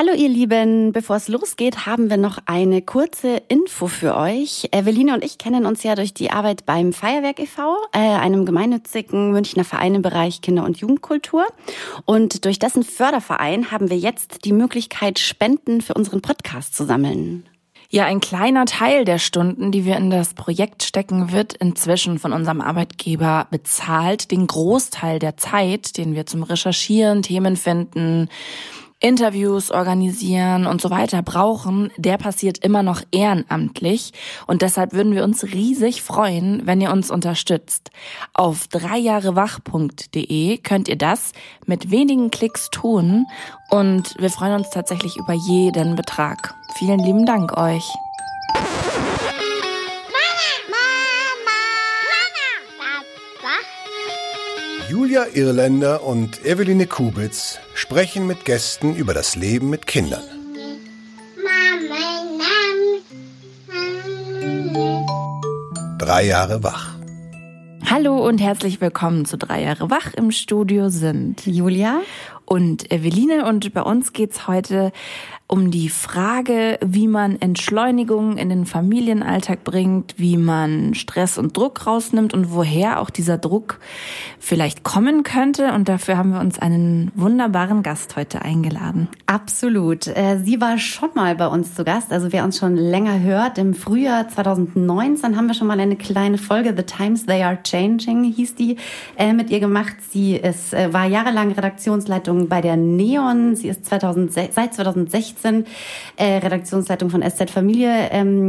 Hallo ihr Lieben, bevor es losgeht, haben wir noch eine kurze Info für euch. Eveline und ich kennen uns ja durch die Arbeit beim Feuerwerk e.V., einem gemeinnützigen Münchner Verein im Bereich Kinder- und Jugendkultur. Und durch dessen Förderverein haben wir jetzt die Möglichkeit, Spenden für unseren Podcast zu sammeln. Ja, ein kleiner Teil der Stunden, die wir in das Projekt stecken, wird inzwischen von unserem Arbeitgeber bezahlt. Den Großteil der Zeit, den wir zum Recherchieren, Themen finden, Interviews organisieren und so weiter brauchen, der passiert immer noch ehrenamtlich. Und deshalb würden wir uns riesig freuen, wenn ihr uns unterstützt. Auf 3jahrewach.de könnt ihr das mit wenigen Klicks tun. Und wir freuen uns tatsächlich über jeden Betrag. Vielen lieben Dank euch. Julia Irländer und Eveline Kubitz sprechen mit Gästen über das Leben mit Kindern. 3 Jahre wach. Hallo und herzlich willkommen zu 3 Jahre wach. Im Studio sind Julia und Eveline und bei uns geht's heute um die Frage, wie man Entschleunigung in den Familienalltag bringt, wie man Stress und Druck rausnimmt und woher auch dieser Druck vielleicht kommen könnte. Und dafür haben wir uns einen wunderbaren Gast heute eingeladen. Absolut. Sie war schon mal bei uns zu Gast. Also wer uns schon länger hört, im Frühjahr 2019 haben wir schon mal eine kleine Folge, The Times They Are Changing, hieß die, mit ihr gemacht. Sie war jahrelang Redaktionsleitung bei der Neon. Sie ist seit 2016 Redaktionsleitung von SZ Familie.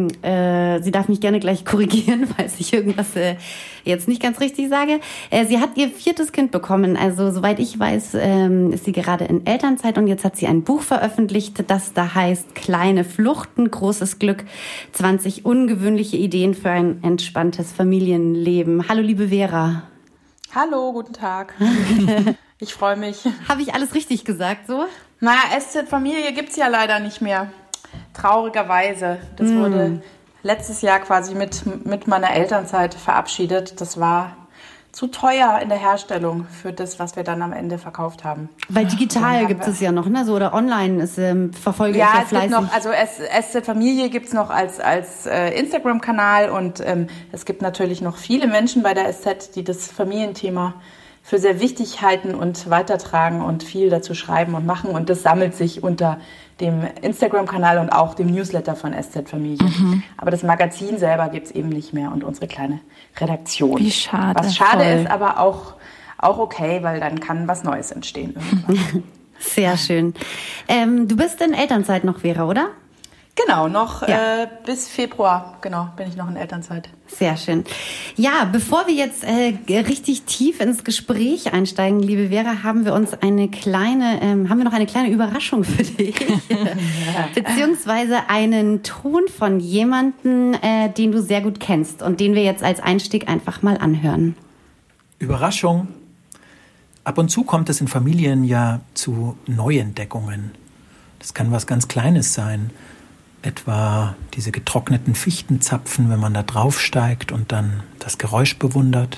Sie darf mich gerne gleich korrigieren, falls ich irgendwas jetzt nicht ganz richtig sage. Sie hat ihr 4. Kind bekommen. Also soweit ich weiß, ist sie gerade in Elternzeit und jetzt hat sie ein Buch veröffentlicht, das da heißt Kleine Fluchten, großes Glück, 20 ungewöhnliche Ideen für ein entspanntes Familienleben. Hallo liebe Vera. Hallo, guten Tag. Ich freue mich. Habe ich alles richtig gesagt so? Naja, SZ Familie gibt's ja leider nicht mehr. Traurigerweise. Das wurde letztes Jahr quasi mit meiner Elternzeit verabschiedet. Das war zu teuer in der Herstellung für das, was wir dann am Ende verkauft haben. Weil digital gibt es ja noch, ne? So, oder online ist verfolge ich ja fleißig. Ja, es gibt noch, also SZ Familie gibt's noch als Instagram-Kanal und es gibt natürlich noch viele Menschen bei der SZ, die das Familienthema für sehr wichtig halten und weitertragen und viel dazu schreiben und machen. Und das sammelt sich unter dem Instagram-Kanal und auch dem Newsletter von SZ Familie. Aber das Magazin selber gibt's eben nicht mehr und unsere kleine Redaktion. Wie schade. Was schade ist, aber auch okay, weil dann kann was Neues entstehen irgendwann. Sehr schön. Du bist in Elternzeit noch, Vera, oder? Genau, noch bis Februar, genau, bin ich noch in Elternzeit. Sehr schön. Ja, bevor wir jetzt richtig tief ins Gespräch einsteigen, liebe Vera, haben wir noch eine kleine Überraschung für dich. Beziehungsweise einen Ton von jemandem, den du sehr gut kennst und den wir jetzt als Einstieg einfach mal anhören. Überraschung. Ab und zu kommt es in Familien ja zu Neuentdeckungen. Das kann was ganz Kleines sein. Etwa diese getrockneten Fichtenzapfen, wenn man da draufsteigt und dann das Geräusch bewundert.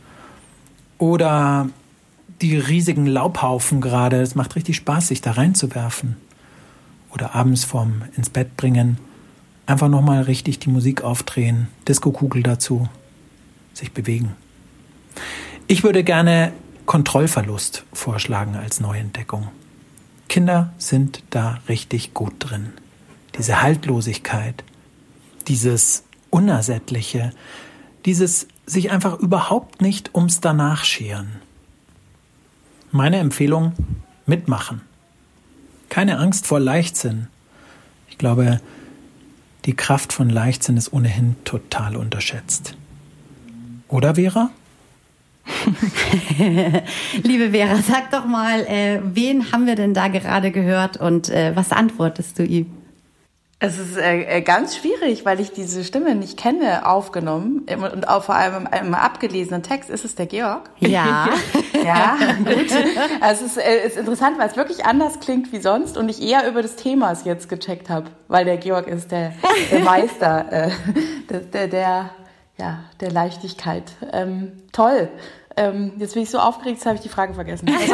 Oder die riesigen Laubhaufen gerade. Es macht richtig Spaß, sich da reinzuwerfen. Oder abends vorm ins Bett bringen. Einfach nochmal richtig die Musik aufdrehen, Diskokugel dazu, sich bewegen. Ich würde gerne Kontrollverlust vorschlagen als Neuentdeckung. Kinder sind da richtig gut drin. Diese Haltlosigkeit, dieses Unersättliche, dieses sich einfach überhaupt nicht ums Danach scheren. Meine Empfehlung, mitmachen. Keine Angst vor Leichtsinn. Ich glaube, die Kraft von Leichtsinn ist ohnehin total unterschätzt. Oder, Vera? Liebe Vera, sag doch mal, wen haben wir denn da gerade gehört und was antwortest du ihm? Es ist ganz schwierig, weil ich diese Stimme nicht kenne, aufgenommen und auch vor allem im abgelesenen Text. Ist es der Georg? Ja. Ja, gut. Also es ist interessant, weil es wirklich anders klingt wie sonst und ich eher über das Thema es jetzt gecheckt habe, weil der Georg ist der Meister der Leichtigkeit. Toll. Jetzt bin ich so aufgeregt, jetzt habe ich die Frage vergessen. Jetzt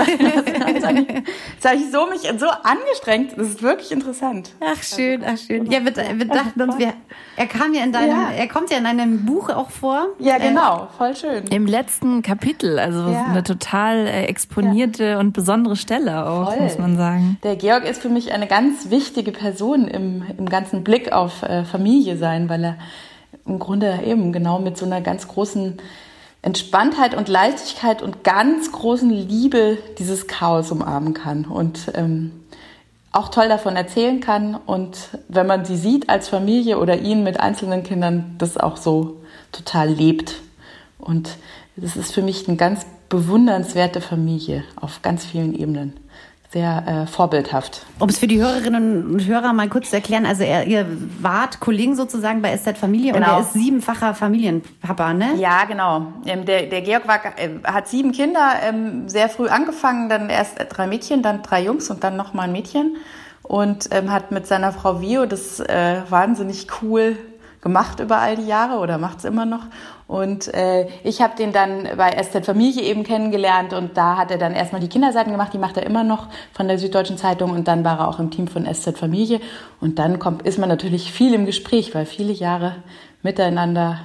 habe ich mich so angestrengt. Das ist wirklich interessant. Ach schön. Ja, wir dachten uns, er kommt ja in einem Buch auch vor. Ja, genau, voll schön. Im letzten Kapitel, also eine total exponierte und besondere Stelle auch, muss man sagen. Der Georg ist für mich eine ganz wichtige Person im ganzen Blick auf Familie sein, weil er im Grunde eben genau mit so einer ganz großen Entspanntheit und Leichtigkeit und ganz großen Liebe dieses Chaos umarmen kann und auch toll davon erzählen kann. Und wenn man sie sieht als Familie oder ihn mit einzelnen Kindern, das auch so total lebt. Und das ist für mich eine ganz bewundernswerte Familie auf ganz vielen Ebenen. Sehr vorbildhaft. Um es für die Hörerinnen und Hörer mal kurz zu erklären, also ihr wart Kollegen sozusagen bei SZ Familie und er ist 7-facher Familienpapa, ne? Ja, genau. Der Georg hat 7 Kinder, sehr früh angefangen, dann erst 3 Mädchen, dann 3 Jungs und dann nochmal ein Mädchen und hat mit seiner Frau Vio das wahnsinnig cool gemacht über all die Jahre oder macht es immer noch. Und ich habe den dann bei SZ Familie eben kennengelernt und da hat er dann erstmal die Kinderseiten gemacht, die macht er immer noch von der Süddeutschen Zeitung und dann war er auch im Team von SZ Familie und dann ist man natürlich viel im Gespräch, weil viele Jahre miteinander,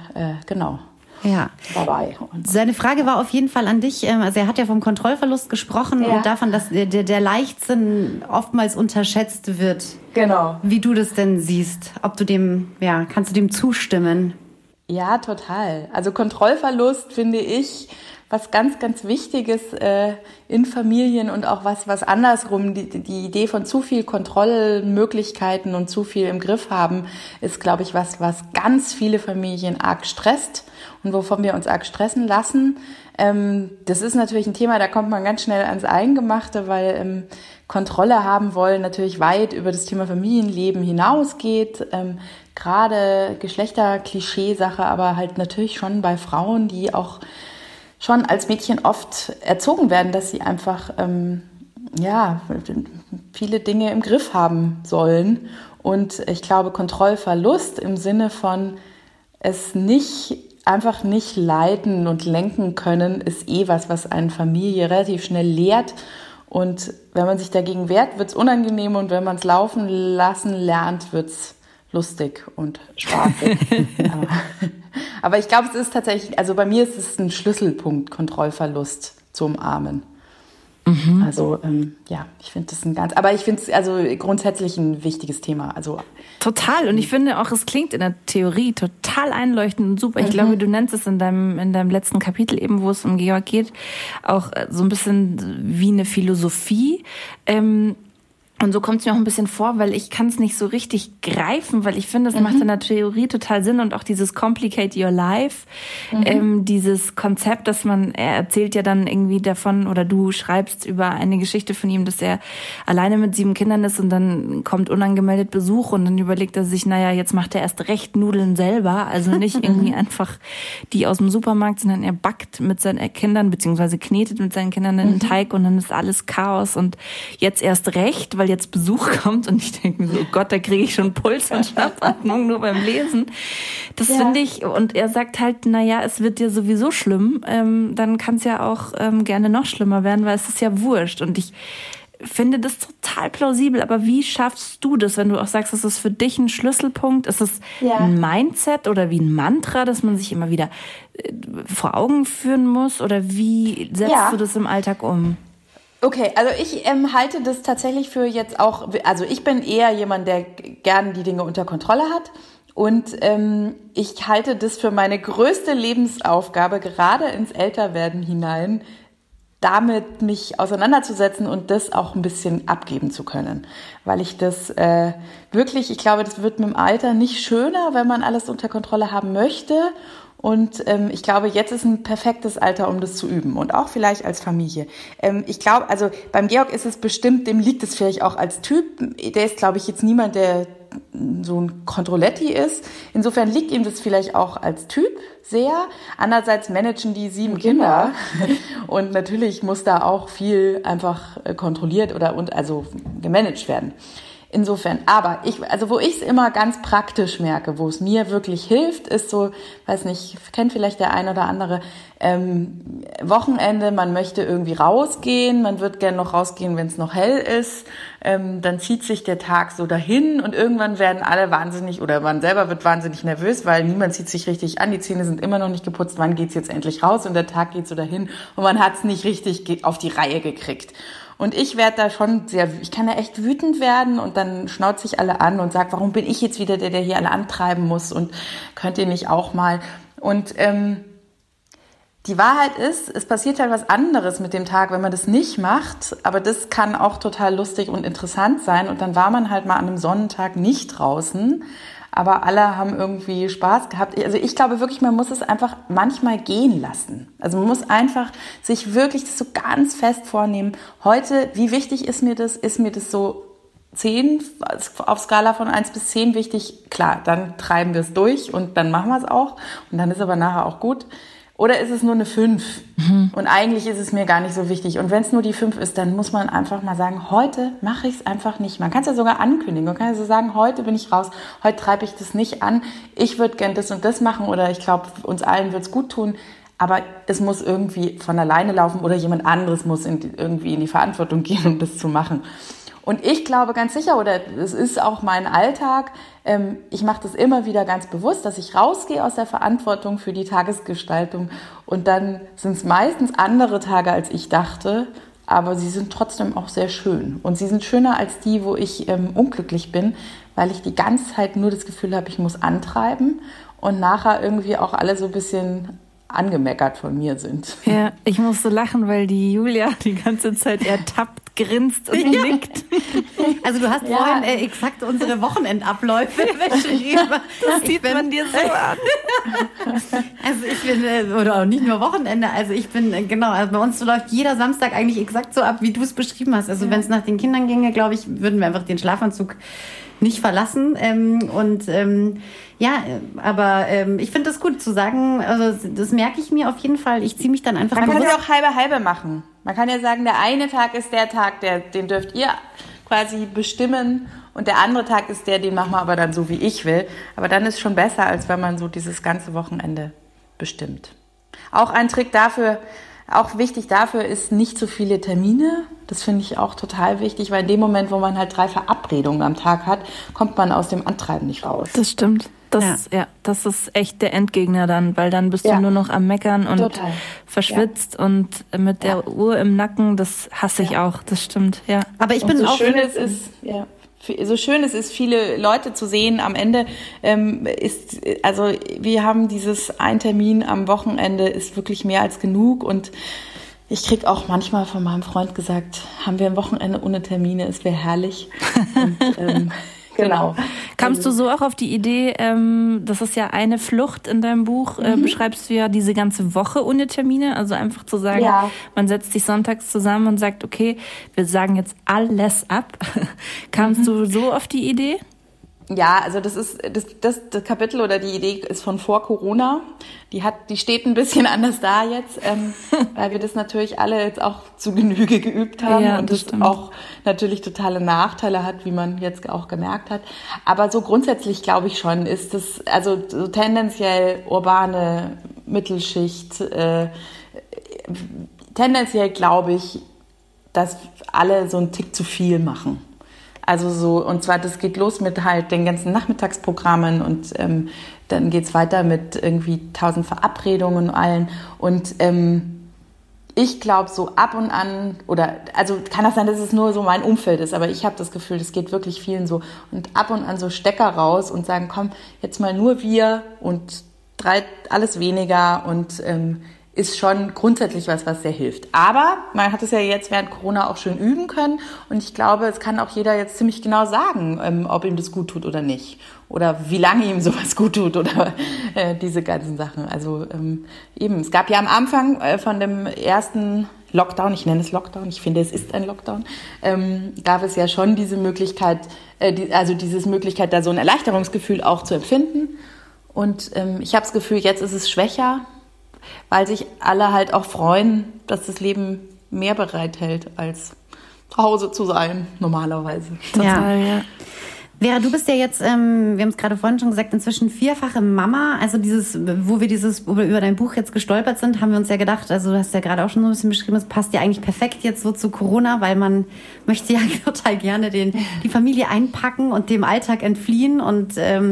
dabei. Seine Frage war auf jeden Fall an dich, also er hat ja vom Kontrollverlust gesprochen und davon, dass der Leichtsinn oftmals unterschätzt wird. Genau. Wie du das denn siehst, kannst du dem zustimmen? Ja, total. Also Kontrollverlust finde ich was ganz, ganz Wichtiges in Familien und auch was andersrum. Die Idee von zu viel Kontrollmöglichkeiten und zu viel im Griff haben, ist, glaube ich, was ganz viele Familien arg stresst und wovon wir uns arg stressen lassen. Das ist natürlich ein Thema, da kommt man ganz schnell ans Eingemachte, weil Kontrolle haben wollen natürlich weit über das Thema Familienleben hinausgeht. Gerade Geschlechterklischee-Sache, aber halt natürlich schon bei Frauen, die auch schon als Mädchen oft erzogen werden, dass sie einfach viele Dinge im Griff haben sollen. Und ich glaube, Kontrollverlust im Sinne von es einfach nicht leiten und lenken können, ist was eine Familie relativ schnell lehrt. Und wenn man sich dagegen wehrt, wird es unangenehm und wenn man es laufen lassen lernt, wird es lustig und spaßig. Aber ich glaube, es ist tatsächlich, also bei mir ist es ein Schlüsselpunkt, Kontrollverlust zu umarmen. Mhm. Also ich finde das aber ich finde es also grundsätzlich ein wichtiges Thema. Also total. Und ich finde auch, es klingt in der Theorie total einleuchtend und super. Ich glaube, du nennst es in deinem letzten Kapitel eben, wo es um Georg geht, auch so ein bisschen wie eine Philosophie. Und so kommt es mir auch ein bisschen vor, weil ich kann es nicht so richtig greifen, weil ich finde, es macht in der Theorie total Sinn und auch dieses Complicate Your Life, dieses Konzept, dass er erzählt ja dann irgendwie davon oder du schreibst über eine Geschichte von ihm, dass er alleine mit 7 Kindern ist und dann kommt unangemeldet Besuch und dann überlegt er sich, jetzt macht er erst recht Nudeln selber, also nicht irgendwie einfach die aus dem Supermarkt, sondern er backt mit seinen Kindern beziehungsweise knetet mit seinen Kindern den Teig und dann ist alles Chaos und jetzt erst recht, weil jetzt Besuch kommt und ich denke mir so, oh Gott, da kriege ich schon Puls und Schnappatmung nur beim Lesen. Das finde ich, und er sagt halt, es wird dir sowieso schlimm, dann kann es ja auch gerne noch schlimmer werden, weil es ist ja wurscht und ich finde das total plausibel, aber wie schaffst du das, wenn du auch sagst, das ist für dich ein Schlüsselpunkt? Ist es ein Mindset oder wie ein Mantra, das man sich immer wieder vor Augen führen muss oder wie setzt du das im Alltag um? Okay, also ich halte das tatsächlich für jetzt auch, also ich bin eher jemand, der gern die Dinge unter Kontrolle hat und ich halte das für meine größte Lebensaufgabe, gerade ins Älterwerden hinein, damit mich auseinanderzusetzen und das auch ein bisschen abgeben zu können, weil ich das ich glaube, das wird mit dem Alter nicht schöner, wenn man alles unter Kontrolle haben möchte. Und ich glaube, jetzt ist ein perfektes Alter, um das zu üben und auch vielleicht als Familie. Ich glaube, also beim Georg ist es bestimmt, dem liegt es vielleicht auch als Typ. Der ist, glaube ich, jetzt niemand, der so ein Kontrolletti ist. Insofern liegt ihm das vielleicht auch als Typ sehr. Andererseits managen die 7 Kinder und natürlich muss da auch viel einfach kontrolliert also gemanagt werden. insofern. Aber wo ich es immer ganz praktisch merke, wo es mir wirklich hilft, ist so, weiß nicht, kennt vielleicht der ein oder andere, Wochenende, man möchte irgendwie rausgehen, man wird gerne noch rausgehen, wenn es noch hell ist, dann zieht sich der Tag so dahin und irgendwann werden alle wahnsinnig, oder man selber wird wahnsinnig nervös, weil niemand zieht sich richtig an, die Zähne sind immer noch nicht geputzt, wann geht's jetzt endlich raus und der Tag geht so dahin und man hat's nicht richtig auf die Reihe gekriegt. Und ich werde da schon ich kann da echt wütend werden und dann schnauze ich alle an und sage, warum bin ich jetzt wieder der hier alle antreiben muss und könnt ihr nicht auch mal? Und die Wahrheit ist, es passiert halt was anderes mit dem Tag, wenn man das nicht macht, aber das kann auch total lustig und interessant sein und dann war man halt mal an einem Sonnentag nicht draußen, aber alle haben irgendwie Spaß gehabt. Also ich glaube wirklich, man muss es einfach manchmal gehen lassen. Also man muss einfach sich wirklich das so ganz fest vornehmen. Heute, wie wichtig ist mir das? Ist mir das so 10 auf Skala von 1 bis 10 wichtig? Klar, dann treiben wir es durch und dann machen wir es auch und dann ist aber nachher auch gut. Oder ist es nur eine 5? Und eigentlich ist es mir gar nicht so wichtig. Und wenn es nur die 5 ist, dann muss man einfach mal sagen, heute mache ich es einfach nicht. Man kann es ja sogar ankündigen. Man kann ja so sagen, heute bin ich raus, heute treibe ich das nicht an. Ich würde gern das und das machen oder ich glaube, uns allen wird es gut tun. Aber es muss irgendwie von alleine laufen oder jemand anderes muss irgendwie in die Verantwortung gehen, um das zu machen. Und ich glaube ganz sicher, oder es ist auch mein Alltag, ich mache das immer wieder ganz bewusst, dass ich rausgehe aus der Verantwortung für die Tagesgestaltung und dann sind es meistens andere Tage, als ich dachte, aber sie sind trotzdem auch sehr schön. Und sie sind schöner als die, wo ich unglücklich bin, weil ich die ganze Zeit nur das Gefühl habe, ich muss antreiben und nachher irgendwie auch alle so ein bisschen angemeckert von mir sind. Ja, ich muss so lachen, weil die Julia die ganze Zeit ertappt, grinst und nickt. Also du hast vorhin exakt unsere Wochenendabläufe beschrieben. Das sieht man dir so an. Also ich bin, oder auch nicht nur Wochenende, also ich bin, genau, also bei uns läuft jeder Samstag eigentlich exakt so ab, wie du es beschrieben hast. Also wenn es nach den Kindern ginge, glaube ich, würden wir einfach den Schlafanzug nicht verlassen. Aber ich finde das gut zu sagen, also das merke ich mir auf jeden Fall. Ich ziehe mich dann einfach an. Man kann ja auch halbe machen. Man kann ja sagen, der eine Tag ist der Tag, den dürft ihr quasi bestimmen und der andere Tag ist den machen wir aber dann so, wie ich will. Aber dann ist schon besser, als wenn man so dieses ganze Wochenende bestimmt. Auch ein Trick dafür, auch wichtig dafür ist nicht zu viele Termine. Das finde ich auch total wichtig, weil in dem Moment, wo man halt 3 Verabredungen am Tag hat, kommt man aus dem Antreiben nicht raus. Das stimmt. Das ist echt der Endgegner dann, weil dann bist du nur noch am Meckern und total verschwitzt und mit der Uhr im Nacken, das hasse ich auch, das stimmt, ja. Aber ich bin auch... So schön es ist, viele Leute zu sehen, am Ende wir haben dieses ein Termin am Wochenende ist wirklich mehr als genug und ich krieg auch manchmal von meinem Freund gesagt, haben wir ein Wochenende ohne Termine, es wäre herrlich. Und, genau. Kamst du so auch auf die Idee, das ist ja eine Flucht in deinem Buch, beschreibst du ja diese ganze Woche ohne Termine, also einfach zu sagen, man setzt sich sonntags zusammen und sagt, okay, wir sagen jetzt alles ab. Kamst du so auf die Idee? Ja, also das Kapitel oder die Idee ist von vor Corona. Die steht ein bisschen anders da jetzt, weil wir das natürlich alle jetzt auch zu Genüge geübt haben und das auch natürlich totale Nachteile hat, wie man jetzt auch gemerkt hat. Aber so grundsätzlich glaube ich schon, ist das also so tendenziell urbane Mittelschicht. Tendenziell glaube ich, dass alle so einen Tick zu viel machen. Also so, und zwar, das geht los mit halt den ganzen Nachmittagsprogrammen und dann geht's weiter mit irgendwie 1000 Verabredungen und allen. Und ich glaube, so ab und an, oder also kann auch sein, dass es nur so mein Umfeld ist, aber ich habe das Gefühl, das geht wirklich vielen so. Und ab und an so Stecker raus und sagen, komm, jetzt mal nur wir und alles weniger und ist schon grundsätzlich was sehr hilft. Aber man hat es ja jetzt während Corona auch schön üben können und ich glaube, es kann auch jeder jetzt ziemlich genau sagen, ob ihm das gut tut oder nicht oder wie lange ihm sowas gut tut oder diese ganzen Sachen. Also es gab ja am Anfang von dem ersten Lockdown, ich nenne es Lockdown, ich finde, es ist ein Lockdown, gab es ja schon diese Möglichkeit, diese Möglichkeit, da so ein Erleichterungsgefühl auch zu empfinden. Und ich habe das Gefühl, jetzt ist es schwächer, weil sich alle halt auch freuen, dass das Leben mehr bereithält, als zu Hause zu sein, normalerweise. Total, ja. Vera, du bist ja jetzt, wir haben es gerade vorhin schon gesagt, inzwischen 4-fache Mama. Also wo wir über dein Buch jetzt gestolpert sind, haben wir uns ja gedacht, also du hast ja gerade auch schon so ein bisschen beschrieben, es passt ja eigentlich perfekt jetzt so zu Corona, weil man möchte ja total gerne die Familie einpacken und dem Alltag entfliehen und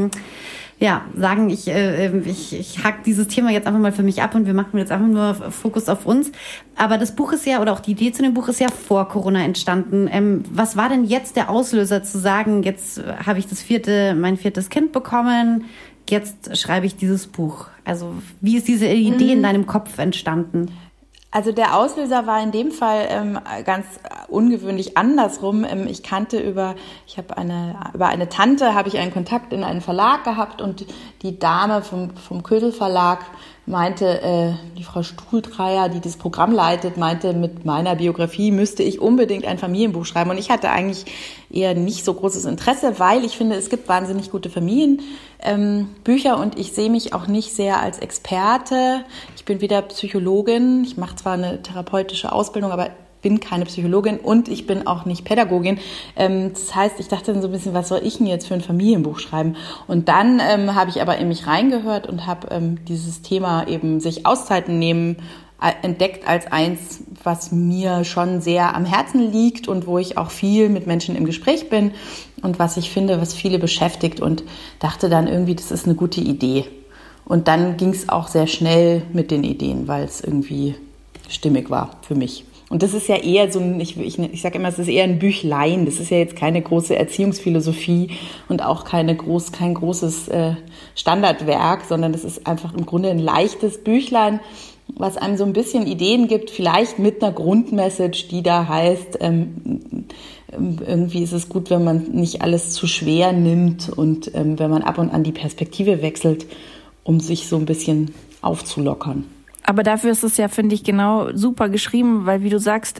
sagen, ich hack dieses Thema jetzt einfach mal für mich ab und wir machen jetzt einfach nur Fokus auf uns. Aber das Buch ist ja, oder auch die Idee zu dem Buch ist ja vor Corona entstanden. Was war denn jetzt der Auslöser zu sagen, jetzt habe ich mein 4. Kind bekommen, jetzt schreibe ich dieses Buch? Also wie ist diese Idee in deinem Kopf entstanden? Also der Auslöser war in dem Fall ganz ungewöhnlich andersrum. Über eine Tante habe ich einen Kontakt in einen Verlag gehabt und die Dame vom Ködel Verlag meinte, die Frau Stuhldreier, die das Programm leitet, meinte, mit meiner Biografie müsste ich unbedingt ein Familienbuch schreiben. Und ich hatte eigentlich eher nicht so großes Interesse, weil ich finde, es gibt wahnsinnig gute Familienbücher und ich sehe mich auch nicht sehr als Experte. Ich bin weder Psychologin, ich mache zwar eine therapeutische Ausbildung, aber bin keine Psychologin und ich bin auch nicht Pädagogin. Das heißt, ich dachte dann so ein bisschen, was soll ich denn jetzt für ein Familienbuch schreiben? Und dann habe ich aber in mich reingehört und habe dieses Thema eben sich Auszeiten nehmen entdeckt als eins, was mir schon sehr am Herzen liegt und wo ich auch viel mit Menschen im Gespräch bin und was ich finde, was viele beschäftigt und dachte dann irgendwie, das ist eine gute Idee. Und dann ging es auch sehr schnell mit den Ideen, weil es irgendwie stimmig war für mich. Und das ist ja eher so ich sage immer, es ist eher ein Büchlein. Das ist ja jetzt keine große Erziehungsphilosophie und auch kein großes Standardwerk, sondern das ist einfach im Grunde ein leichtes Büchlein, was einem so ein bisschen Ideen gibt, vielleicht mit einer Grundmessage, die da heißt, irgendwie ist es gut, wenn man nicht alles zu schwer nimmt und wenn man ab und an die Perspektive wechselt, um sich so ein bisschen aufzulockern. Aber dafür ist es ja, finde ich, genau super geschrieben, weil wie du sagst,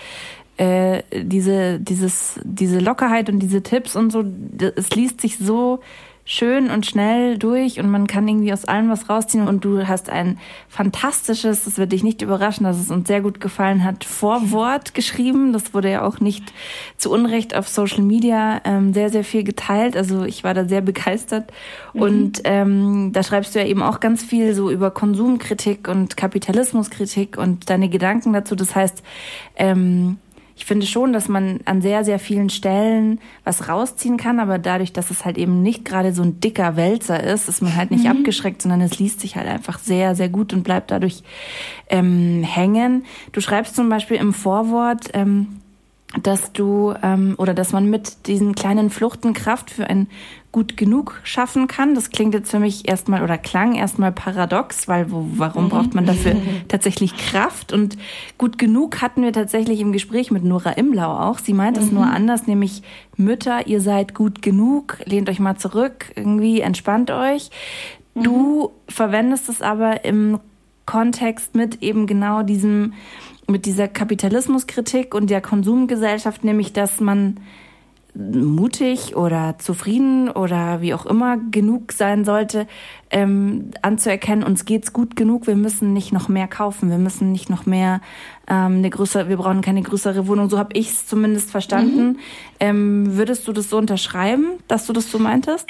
diese Lockerheit und diese Tipps und so, es liest sich so schön und schnell durch und man kann irgendwie aus allem was rausziehen und du hast ein fantastisches, das wird dich nicht überraschen, dass es uns sehr gut gefallen hat, Vorwort geschrieben. Das wurde ja auch nicht zu Unrecht auf Social Media sehr, sehr viel geteilt. Also ich war da sehr begeistert und da schreibst du ja eben auch ganz viel so über Konsumkritik und Kapitalismuskritik und deine Gedanken dazu. Das heißt, ich finde schon, dass man an sehr, sehr vielen Stellen was rausziehen kann, aber dadurch, dass es halt eben nicht gerade so ein dicker Wälzer ist man halt nicht abgeschreckt, sondern es liest sich halt einfach sehr, sehr gut und bleibt dadurch hängen. Du schreibst zum Beispiel im Vorwort, dass dass man mit diesen kleinen Fluchten Kraft für ein gut genug schaffen kann. Das klingt jetzt für mich klang erstmal paradox, weil warum braucht man dafür tatsächlich Kraft? Und gut genug hatten wir tatsächlich im Gespräch mit Nora Imlau auch. Sie meint es nur anders, nämlich Mütter, ihr seid gut genug, lehnt euch mal zurück, irgendwie entspannt euch. Du verwendest es aber im Kontext mit eben genau mit dieser Kapitalismuskritik und der Konsumgesellschaft, nämlich, dass man mutig oder zufrieden oder wie auch immer genug sein sollte, anzuerkennen, uns geht's gut genug, wir müssen nicht noch mehr kaufen, wir müssen nicht noch mehr wir brauchen keine größere Wohnung, so habe ich es zumindest verstanden. Würdest du das so unterschreiben, dass du das so meintest?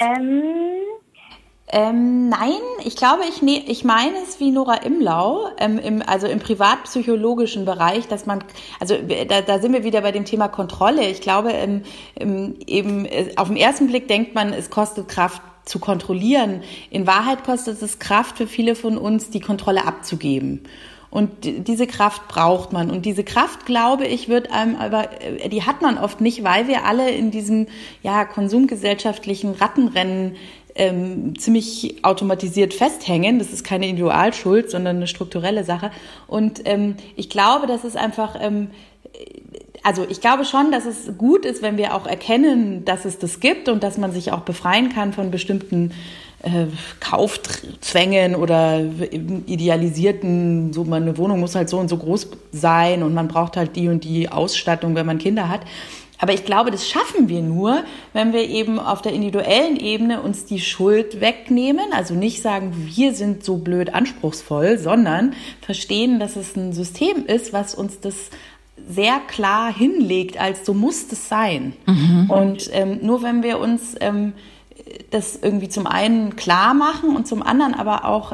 Nein, ich glaube, ich meine es wie Nora Imlau, im privatpsychologischen Bereich, dass man, also da sind wir wieder bei dem Thema Kontrolle. Ich glaube, eben auf den ersten Blick denkt man, es kostet Kraft zu kontrollieren. In Wahrheit kostet es Kraft für viele von uns, die Kontrolle abzugeben. Und diese Kraft braucht man. Und diese Kraft, glaube ich, die hat man oft nicht, weil wir alle in diesem, konsumgesellschaftlichen Rattenrennen ziemlich automatisiert festhängen. Das ist keine Individualschuld, sondern eine strukturelle Sache. Und ich glaube, dass es einfach, ich glaube schon, dass es gut ist, wenn wir auch erkennen, dass es das gibt und dass man sich auch befreien kann von bestimmten Kaufzwängen oder idealisierten, so eine Wohnung muss halt so und so groß sein und man braucht halt die und die Ausstattung, wenn man Kinder hat. Aber ich glaube, das schaffen wir nur, wenn wir eben auf der individuellen Ebene uns die Schuld wegnehmen. Also nicht sagen, wir sind so blöd anspruchsvoll, sondern verstehen, dass es ein System ist, was uns das sehr klar hinlegt, als so muss es sein. Und nur wenn wir uns das irgendwie zum einen klar machen und zum anderen aber auch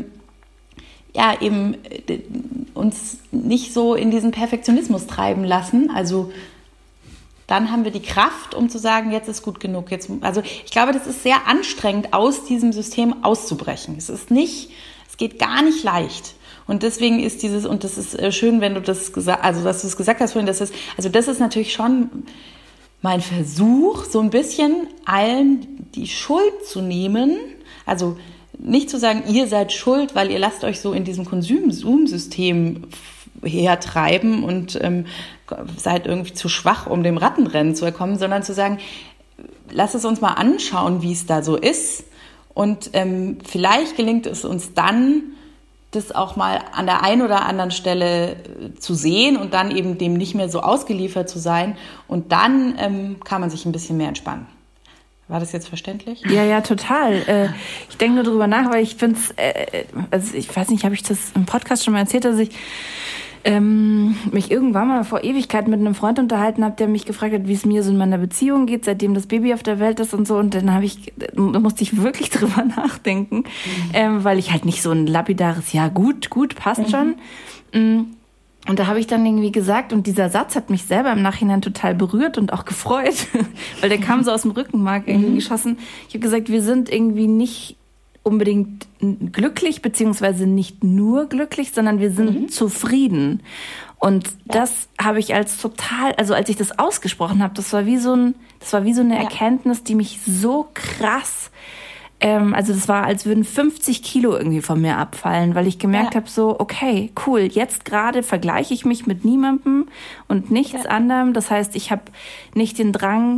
eben uns nicht so in diesen Perfektionismus treiben lassen. Also dann haben wir die Kraft, um zu sagen, jetzt ist gut genug. Also ich glaube, das ist sehr anstrengend, aus diesem System auszubrechen. Es geht gar nicht leicht. Und deswegen ist und das ist schön, wenn du das gesagt, also dass du es gesagt hast vorhin, das ist natürlich schon mein Versuch, so ein bisschen allen die Schuld zu nehmen, also nicht zu sagen, ihr seid schuld, weil ihr lasst euch so in diesem Konsumsystem hertreiben und seid irgendwie zu schwach, um dem Rattenrennen zu entkommen, sondern zu sagen, lasst es uns mal anschauen, wie es da so ist. Und vielleicht gelingt es uns dann, das auch mal an der einen oder anderen Stelle zu sehen und dann eben dem nicht mehr so ausgeliefert zu sein. Und dann kann man sich ein bisschen mehr entspannen. War das jetzt verständlich? Ja, total. Ich denke nur drüber nach, weil ich finde es, also ich weiß nicht, habe ich das im Podcast schon mal erzählt, dass ich mich irgendwann mal vor Ewigkeit mit einem Freund unterhalten habe, der mich gefragt hat, wie es mir so in meiner Beziehung geht, seitdem das Baby auf der Welt ist und so. Und dann musste ich wirklich drüber nachdenken, weil ich halt nicht so ein lapidares, ja gut, passt schon. Und da habe ich dann irgendwie gesagt, und dieser Satz hat mich selber im Nachhinein total berührt und auch gefreut, weil der kam so aus dem Rückenmark irgendwie geschossen. Ich habe gesagt, wir sind irgendwie nicht unbedingt glücklich, beziehungsweise nicht nur glücklich, sondern wir sind zufrieden. Und das habe ich als ich das ausgesprochen habe, das war wie so eine Erkenntnis, die mich so krass, also das war, als würden 50 Kilo irgendwie von mir abfallen, weil ich gemerkt habe, so, okay, cool, jetzt gerade vergleiche ich mich mit niemandem und nichts anderem. Das heißt, ich habe nicht den Drang,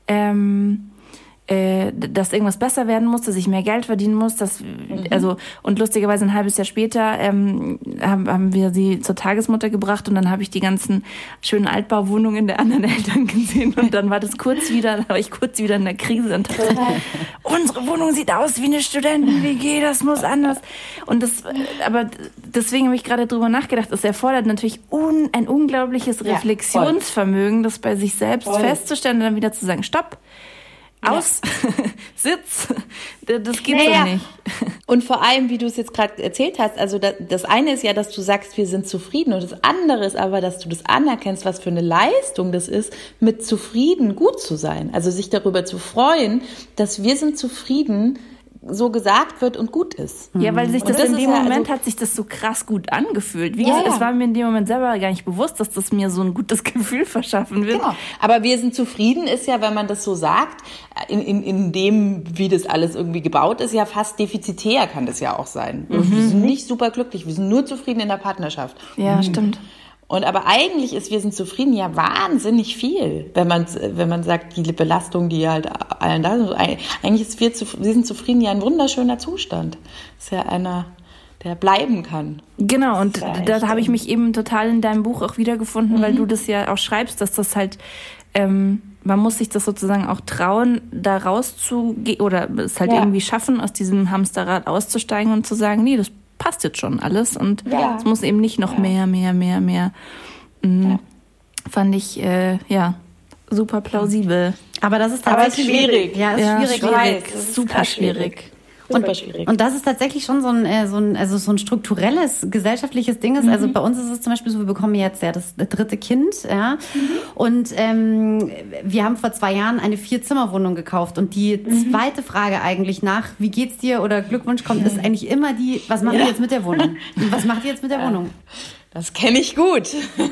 dass irgendwas besser werden muss, dass ich mehr Geld verdienen muss, und lustigerweise ein halbes Jahr später haben wir sie zur Tagesmutter gebracht und dann habe ich die ganzen schönen Altbauwohnungen der anderen Eltern gesehen und dann war ich kurz wieder in der Krise und dachte, unsere Wohnung sieht aus wie eine Studenten-WG, das muss anders. Aber deswegen habe ich gerade drüber nachgedacht, es erfordert natürlich ein unglaubliches Reflexionsvermögen, das bei sich selbst festzustellen und dann wieder zu sagen, stopp, aus, Sitz, das geht so nicht. Und vor allem, wie du es jetzt gerade erzählt hast, also das eine ist ja, dass du sagst, wir sind zufrieden und das andere ist aber, dass du das anerkennst, was für eine Leistung das ist, mit zufrieden gut zu sein. Also sich darüber zu freuen, dass wir sind zufrieden, so gesagt wird und gut ist. Ja, weil sich das in dem Moment hat sich das so krass gut angefühlt. Wie gesagt, es war mir in dem Moment selber gar nicht bewusst, dass das mir so ein gutes Gefühl verschaffen wird. Genau. Aber wir sind zufrieden ist ja, wenn man das so sagt, in dem, wie das alles irgendwie gebaut ist, ja fast defizitär kann das ja auch sein. Wir sind nicht super glücklich, wir sind nur zufrieden in der Partnerschaft. Ja, stimmt. Und aber eigentlich ist wir sind zufrieden ja wahnsinnig viel, wenn man sagt, die Belastung, die halt allen da sind. Eigentlich ist wir sind zufrieden ja ein wunderschöner Zustand. Das ist ja einer, der bleiben kann. Genau, und da habe ich mich eben total in deinem Buch auch wiedergefunden, weil du das ja auch schreibst, dass das halt, man muss sich das sozusagen auch trauen, da rauszugehen oder es halt irgendwie schaffen, aus diesem Hamsterrad auszusteigen und zu sagen, nee, das passt jetzt schon alles und es muss eben nicht noch mehr. Fand ich, super plausibel. Aber das ist tatsächlich schwierig. Ja, ist schwierig. Super schwierig. Und das ist tatsächlich schon so ein strukturelles, gesellschaftliches Ding ist. Also bei uns ist es zum Beispiel so, wir bekommen jetzt das dritte Kind, ja. Und wir haben vor 2 Jahren eine 4-Zimmer-Wohnung gekauft. Und die zweite Frage eigentlich nach, wie geht's dir oder Glückwunsch kommt, ist eigentlich immer die, was macht ihr jetzt mit der Wohnung? Was macht ihr jetzt mit der Wohnung? Das kenne ich gut.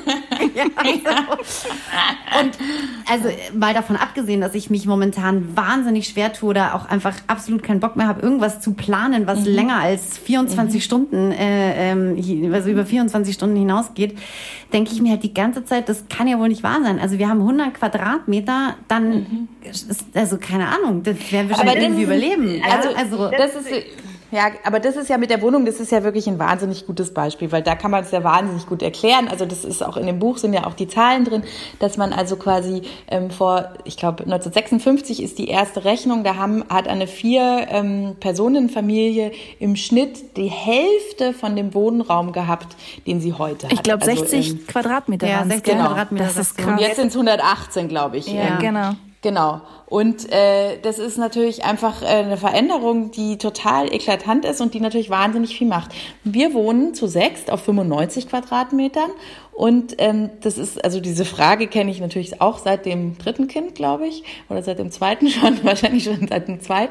Und also mal davon abgesehen, dass ich mich momentan wahnsinnig schwer tue oder auch einfach absolut keinen Bock mehr habe, irgendwas zu planen, was länger als 24 Stunden, also über 24 Stunden hinausgeht, denke ich mir halt die ganze Zeit, das kann ja wohl nicht wahr sein. Also wir haben 100 Quadratmeter, dann, also keine Ahnung, das werden wir schon irgendwie überleben. Also das ist... Ja, aber das ist ja mit der Wohnung, das ist ja wirklich ein wahnsinnig gutes Beispiel, weil da kann man es ja wahnsinnig gut erklären. Also das ist auch in dem Buch, sind ja auch die Zahlen drin, dass man also quasi ich glaube 1956 ist die erste Rechnung, da hat eine 4-Personen-Familie im Schnitt die Hälfte von dem Wohnraum gehabt, den sie heute hat. Ich glaube 60 Quadratmeter. Ja, 60 genau. Quadratmeter. Das ist krass. Und jetzt sind es 118, glaube ich. Ja, genau. Genau. Und das ist natürlich einfach eine Veränderung, die total eklatant ist und die natürlich wahnsinnig viel macht. Wir wohnen zu 6 auf 95 Quadratmetern und das ist, also diese Frage kenne ich natürlich auch seit dem 3. Kind, glaube ich, oder seit dem 2. schon, wahrscheinlich schon seit dem 2.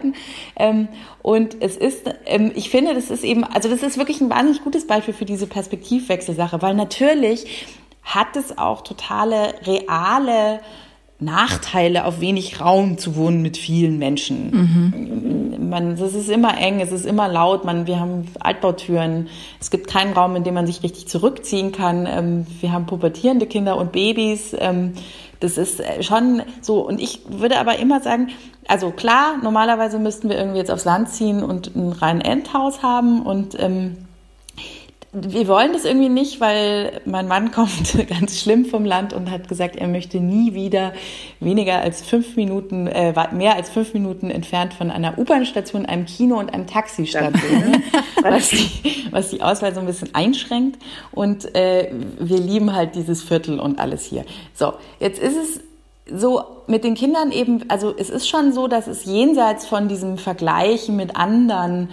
Und es ist, ich finde, das ist eben, also das ist wirklich ein wahnsinnig gutes Beispiel für diese Perspektivwechselsache, weil natürlich hat es auch totale, reale Nachteile, auf wenig Raum zu wohnen mit vielen Menschen. Es ist immer eng, es ist immer laut, wir haben Altbautüren, es gibt keinen Raum, in dem man sich richtig zurückziehen kann. Wir haben pubertierende Kinder und Babys. Das ist schon so. Und ich würde aber immer sagen, also klar, normalerweise müssten wir irgendwie jetzt aufs Land ziehen und ein rein Endhaus haben und wir wollen das irgendwie nicht, weil mein Mann kommt ganz schlimm vom Land und hat gesagt, er möchte nie wieder mehr als 5 Minuten entfernt von einer U-Bahn-Station, einem Kino und einem Taxistand wohnen, was die Auswahl so ein bisschen einschränkt. Und wir lieben halt dieses Viertel und alles hier. So, jetzt ist es so mit den Kindern eben, also es ist schon so, dass es jenseits von diesem Vergleichen mit anderen,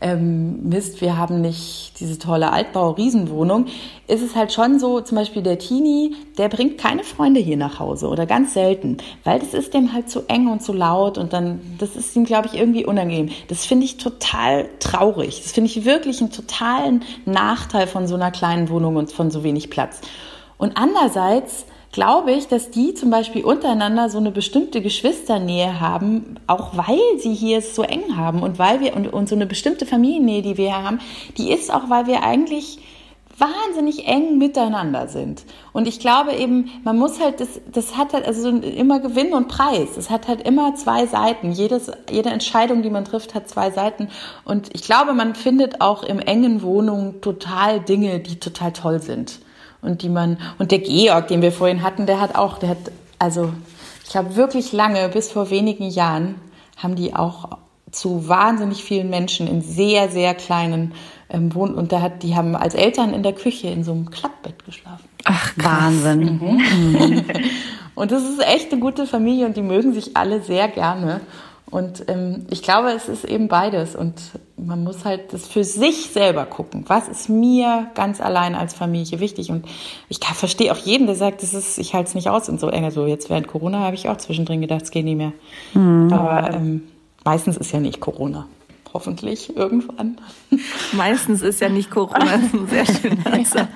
Mist, wir haben nicht diese tolle Altbau-Riesenwohnung, ist es halt schon so, zum Beispiel der Teenie, der bringt keine Freunde hier nach Hause oder ganz selten, weil das ist dem halt zu eng und zu laut und dann, das ist ihm, glaube ich, irgendwie unangenehm. Das finde ich total traurig. Das finde ich wirklich einen totalen Nachteil von so einer kleinen Wohnung und von so wenig Platz. Und andererseits glaube ich, dass die zum Beispiel untereinander so eine bestimmte Geschwisternähe haben, auch weil sie hier es so eng haben und weil wir und so eine bestimmte Familiennähe, die wir hier haben, die ist auch, weil wir eigentlich wahnsinnig eng miteinander sind. Und ich glaube eben, man muss halt, das hat halt also immer Gewinn und Preis. Es hat halt immer 2 Seiten. Jede Entscheidung, die man trifft, hat 2 Seiten. Und ich glaube, man findet auch im engen Wohnungen total Dinge, die total toll sind. Und der Georg, den wir vorhin hatten, der hat also, ich glaube wirklich lange, bis vor wenigen Jahren, haben die auch zu wahnsinnig vielen Menschen in sehr, sehr kleinen Wohn- und die haben als Eltern in der Küche in so einem Klappbett geschlafen. Ach, Wahnsinn. Und das ist echt eine gute Familie und die mögen sich alle sehr gerne. Und ich glaube, es ist eben beides und man muss halt das für sich selber gucken. Was ist mir ganz allein als Familie wichtig? Und ich verstehe auch jeden, der sagt, ich halte es nicht aus und so. Also jetzt während Corona habe ich auch zwischendrin gedacht, es geht nicht mehr. Aber meistens ist ja nicht Corona. Hoffentlich irgendwann. Meistens ist ja nicht Corona, das ist ein sehr schöner Ansatz.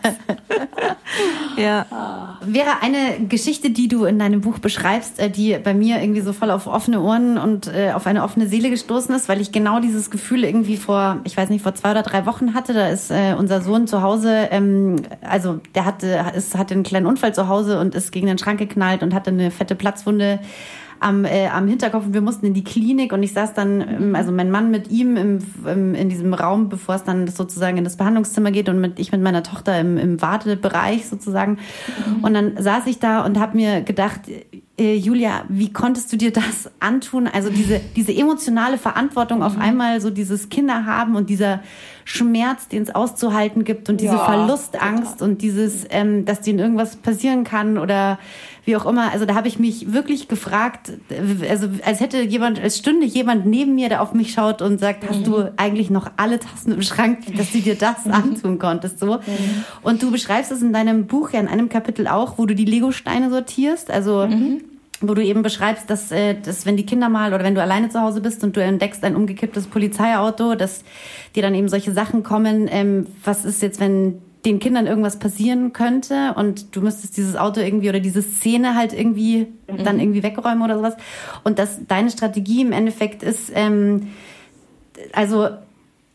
Ja. Wäre eine Geschichte, die du in deinem Buch beschreibst, die bei mir irgendwie so voll auf offene Ohren und auf eine offene Seele gestoßen ist, weil ich genau dieses Gefühl irgendwie vor 2 oder 3 Wochen hatte. Da ist unser Sohn zu Hause, also der hatte einen kleinen Unfall zu Hause und ist gegen den Schrank geknallt und hatte eine fette Platzwunde am Hinterkopf und wir mussten in die Klinik und ich saß dann, also mein Mann mit ihm in diesem Raum, bevor es dann sozusagen in das Behandlungszimmer geht und ich mit meiner Tochter im Wartebereich sozusagen. Und dann saß ich da und habe mir gedacht, Julia, wie konntest du dir das antun? Also diese emotionale Verantwortung auf einmal, so dieses Kinder haben und dieser Schmerz, den es auszuhalten gibt und diese Verlustangst und dieses, dass denen irgendwas passieren kann oder wie auch immer. Also da habe ich mich wirklich gefragt, also als stünde jemand neben mir, der auf mich schaut und sagt, hast du eigentlich noch alle Tassen im Schrank, dass du dir das antun konntest, so. Und du beschreibst es in deinem Buch ja in einem Kapitel auch, wo du die Legosteine sortierst, also wo du eben beschreibst, dass wenn die Kinder mal oder wenn du alleine zu Hause bist und du entdeckst ein umgekipptes Polizeiauto, dass dir dann eben solche Sachen kommen, was ist jetzt, wenn den Kindern irgendwas passieren könnte und du müsstest dieses Auto irgendwie oder diese Szene halt irgendwie dann irgendwie wegräumen oder sowas. Und dass deine Strategie im Endeffekt ist, also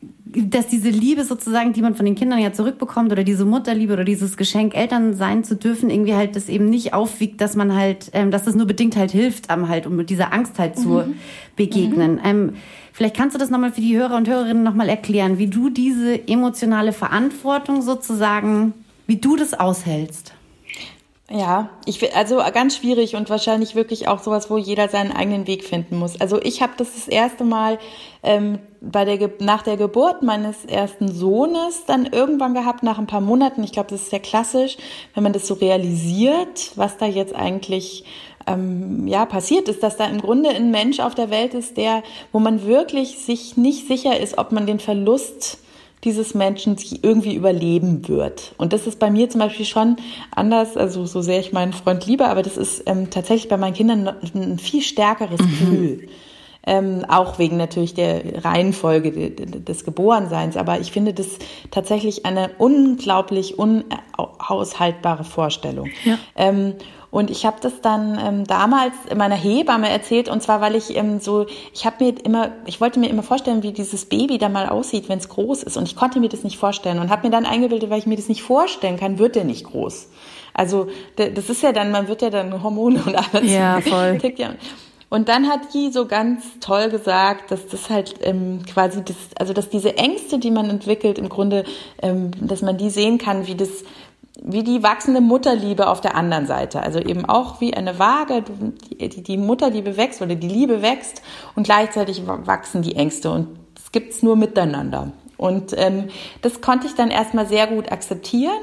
dass diese Liebe sozusagen, die man von den Kindern ja zurückbekommt oder diese Mutterliebe oder dieses Geschenk, Eltern sein zu dürfen, irgendwie halt das eben nicht aufwiegt, dass man halt, dass das nur bedingt halt hilft, um mit dieser Angst halt zu begegnen. Vielleicht kannst du das nochmal für die Hörer und Hörerinnen nochmal erklären, wie du diese emotionale Verantwortung sozusagen, wie du das aushältst. Ja, also ganz schwierig und wahrscheinlich wirklich auch sowas, wo jeder seinen eigenen Weg finden muss. Also ich habe das erste Mal nach der Geburt meines ersten Sohnes dann irgendwann gehabt, nach ein paar Monaten. Ich glaube, das ist sehr klassisch, wenn man das so realisiert, was da jetzt eigentlich passiert ist, dass da im Grunde ein Mensch auf der Welt ist, wo man wirklich sich nicht sicher ist, ob man den Verlust dieses Menschen irgendwie überleben wird. Und das ist bei mir zum Beispiel schon anders, also so sehr ich meinen Freund liebe, aber das ist tatsächlich bei meinen Kindern ein viel stärkeres Gefühl. Auch wegen natürlich der Reihenfolge des Geborenseins. Aber ich finde das tatsächlich eine unglaublich unaushaltbare Vorstellung. Ja. Und ich habe das dann damals meiner Hebamme erzählt, und zwar, weil ich ich wollte mir immer vorstellen, wie dieses Baby da mal aussieht, wenn es groß ist, und ich konnte mir das nicht vorstellen und habe mir dann eingebildet, weil ich mir das nicht vorstellen kann, wird der nicht groß. Also das ist ja dann, man wird ja dann Hormone und alles. Ja, voll. Und dann hat die so ganz toll gesagt, dass das halt quasi dass diese Ängste, die man entwickelt, im Grunde, dass man die sehen kann, wie die wachsende Mutterliebe auf der anderen Seite. Also eben auch wie eine Waage, die Mutterliebe wächst oder die Liebe wächst und gleichzeitig wachsen die Ängste, und das gibt's nur miteinander. Und das konnte ich dann erstmal sehr gut akzeptieren.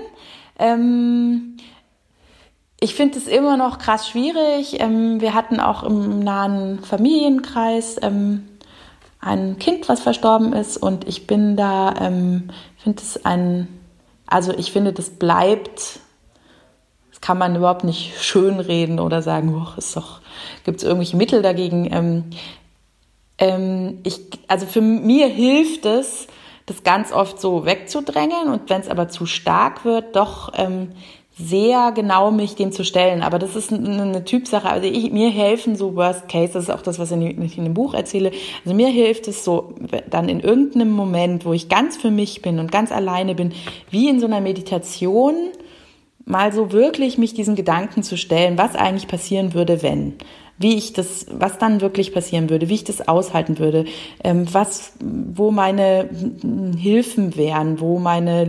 Ich finde es immer noch krass schwierig. Wir hatten auch im nahen Familienkreis ein Kind, was verstorben ist, und ich bin da, ich finde, das bleibt, das kann man überhaupt nicht schönreden oder sagen, gibt es irgendwelche Mittel dagegen. Für mir hilft es, das ganz oft so wegzudrängen, und wenn es aber zu stark wird, doch sehr genau mich dem zu stellen. Aber das ist eine Typsache. Also mir helfen so Worst Case, das ist auch das, was ich in dem Buch erzähle. Also mir hilft es so, dann in irgendeinem Moment, wo ich ganz für mich bin und ganz alleine bin, wie in so einer Meditation, mal so wirklich mich diesen Gedanken zu stellen, was eigentlich passieren würde, wenn. Was dann wirklich passieren würde, wie ich das aushalten würde, wo meine Hilfen wären, wo meine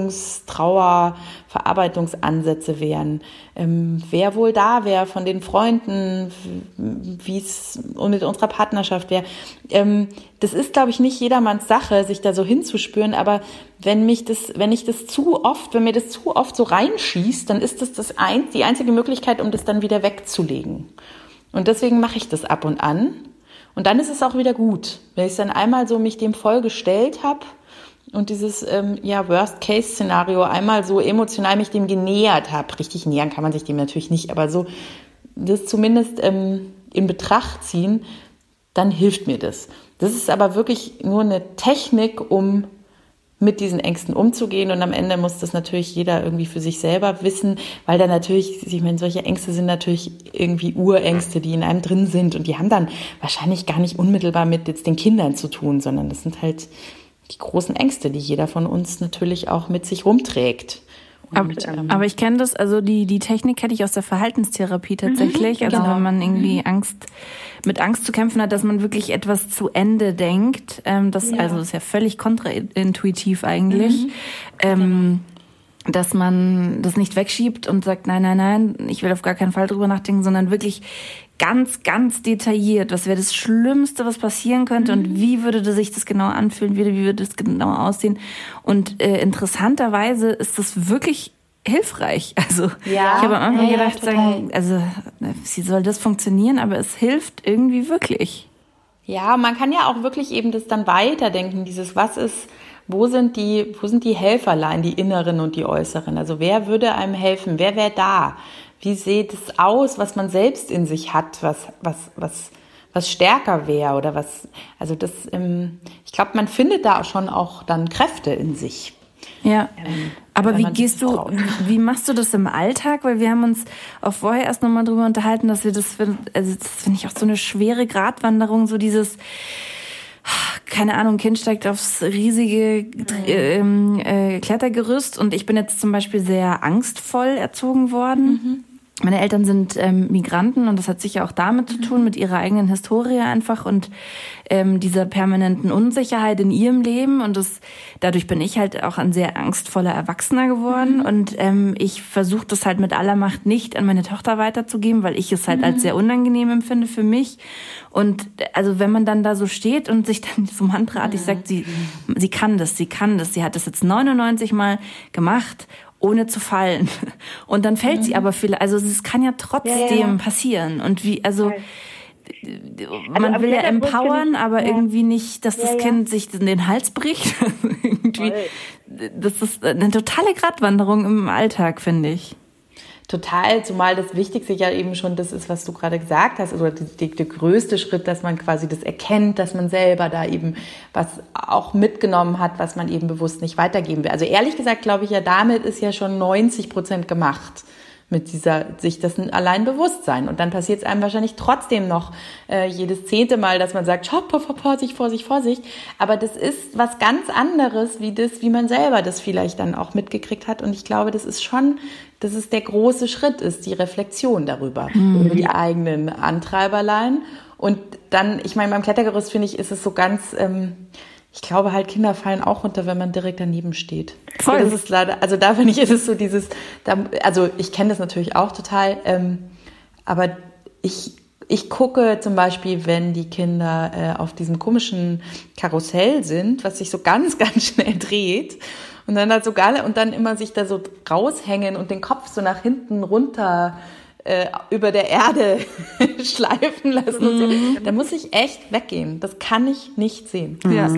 Verarbeitungsansätze wären, wer wohl da wäre von den Freunden, wie es mit unserer Partnerschaft wäre. Das ist, glaube ich, nicht jedermanns Sache, sich da so hinzuspüren, aber wenn mir das zu oft so reinschießt, dann ist das die einzige Möglichkeit, um das dann wieder wegzulegen. Und deswegen mache ich das ab und an. Und dann ist es auch wieder gut, wenn ich dann einmal so mich dem voll gestellt habe und dieses Worst-Case-Szenario einmal so emotional mich dem genähert habe. Richtig nähern kann man sich dem natürlich nicht, aber so das zumindest in Betracht ziehen, dann hilft mir das. Das ist aber wirklich nur eine Technik, um mit diesen Ängsten umzugehen, und am Ende muss das natürlich jeder irgendwie für sich selber wissen, weil da natürlich, ich meine, solche Ängste sind natürlich irgendwie Urängste, die in einem drin sind, und die haben dann wahrscheinlich gar nicht unmittelbar mit jetzt den Kindern zu tun, sondern das sind halt die großen Ängste, die jeder von uns natürlich auch mit sich rumträgt. Aber ich kenne das, also die Technik kenne ich aus der Verhaltenstherapie tatsächlich. Also wenn man irgendwie mit Angst zu kämpfen hat, dass man wirklich etwas zu Ende denkt. Also ist ja völlig kontraintuitiv eigentlich. Dass man das nicht wegschiebt und sagt, nein, ich will auf gar keinen Fall drüber nachdenken, sondern wirklich ganz, ganz detailliert. Was wäre das Schlimmste, was passieren könnte, und wie würde sich das genau anfühlen, wie würde das genau aussehen? Und interessanterweise ist das wirklich hilfreich. Also ich habe am Anfang gedacht, wie soll das funktionieren? Aber es hilft irgendwie wirklich. Ja, man kann ja auch wirklich eben das dann weiterdenken, wo sind die Helferlein, die inneren und die äußeren? Also wer würde einem helfen? Wer wäre da? Wie sieht es aus, was man selbst in sich hat, was stärker wäre oder was? Also ich glaube, man findet da schon auch dann Kräfte in sich. Ja, aber wie machst du das im Alltag? Weil wir haben uns auch vorher erst nochmal drüber unterhalten, dass wir das finde ich auch so eine schwere Gratwanderung, so dieses keine Ahnung, ein Kind steigt aufs riesige Klettergerüst und ich bin jetzt zum Beispiel sehr angstvoll erzogen worden. Meine Eltern sind Migranten und das hat sicher auch damit zu tun, mit ihrer eigenen Historie einfach und dieser permanenten Unsicherheit in ihrem Leben. Und dadurch bin ich halt auch ein sehr angstvoller Erwachsener geworden. Und ich versuche das halt mit aller Macht nicht an meine Tochter weiterzugeben, weil ich es halt als sehr unangenehm empfinde für mich. Und also wenn man dann da so steht und sich dann so mantraartig sagt, sie kann das, sie hat das jetzt 99 Mal gemacht, ohne zu fallen. Und dann fällt sie aber also es kann ja trotzdem passieren. Und man will ja empowern, aber irgendwie nicht, dass das Kind sich in den Hals bricht. Irgendwie, das ist eine totale Gratwanderung im Alltag, finde ich. Total, zumal das Wichtigste ja eben schon das ist, was du gerade gesagt hast, oder der größte Schritt, dass man quasi das erkennt, dass man selber da eben was auch mitgenommen hat, was man eben bewusst nicht weitergeben will. Also ehrlich gesagt, glaube ich ja, damit ist ja schon 90% gemacht mit sich das allein bewusst sein. Und dann passiert es einem wahrscheinlich trotzdem noch jedes 10. Mal, dass man sagt, Vorsicht. Aber das ist was ganz anderes, wie man selber das vielleicht dann auch mitgekriegt hat. Und ich glaube, das ist der große Schritt ist, die Reflexion darüber, über die eigenen Antreiberlein. Und dann, ich meine, beim Klettergerüst, finde ich, ist es so ganz, ich glaube halt, Kinder fallen auch runter, wenn man direkt daneben steht. Voll. Das ist leider, also da finde ich, ist es so also ich kenne das natürlich auch total, aber ich gucke zum Beispiel, wenn die Kinder auf diesem komischen Karussell sind, was sich so ganz, ganz schnell dreht und dann halt so geil und dann immer sich da so raushängen und den Kopf so nach hinten runter über der Erde schleifen lassen und so. Da muss ich echt weggehen. Das kann ich nicht sehen. Ja.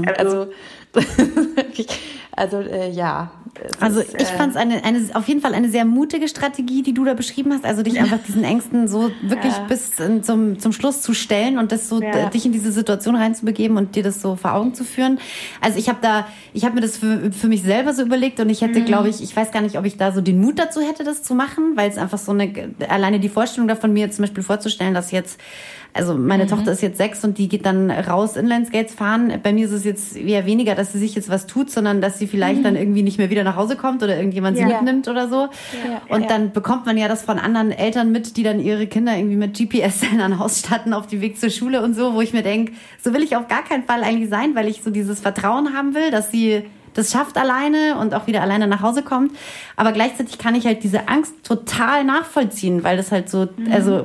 Ja. Also ich fand es auf jeden Fall eine sehr mutige Strategie, die du da beschrieben hast. Also dich einfach diesen Ängsten so wirklich bis zum Schluss zu stellen und das so dich in diese Situation reinzubegeben und dir das so vor Augen zu führen. Also ich habe mir das für mich selber so überlegt und ich hätte, glaube ich weiß gar nicht, ob ich da so den Mut dazu hätte, das zu machen, weil es einfach so alleine die Vorstellung davon mir zum Beispiel vorzustellen, dass jetzt also meine Tochter ist jetzt 6 und die geht dann raus Inlineskates fahren. Bei mir ist es jetzt eher weniger, dass sie sich jetzt was tut, sondern dass sie vielleicht dann irgendwie nicht mehr wieder nach Hause kommt oder irgendjemand sie mitnimmt oder so. Und dann bekommt man ja das von anderen Eltern mit, die dann ihre Kinder irgendwie mit GPS-Sendern ausstatten auf die Weg zur Schule und so, wo ich mir denke, so will ich auf gar keinen Fall eigentlich sein, weil ich so dieses Vertrauen haben will, dass sie das schafft alleine und auch wieder alleine nach Hause kommt. Aber gleichzeitig kann ich halt diese Angst total nachvollziehen, weil das halt so, also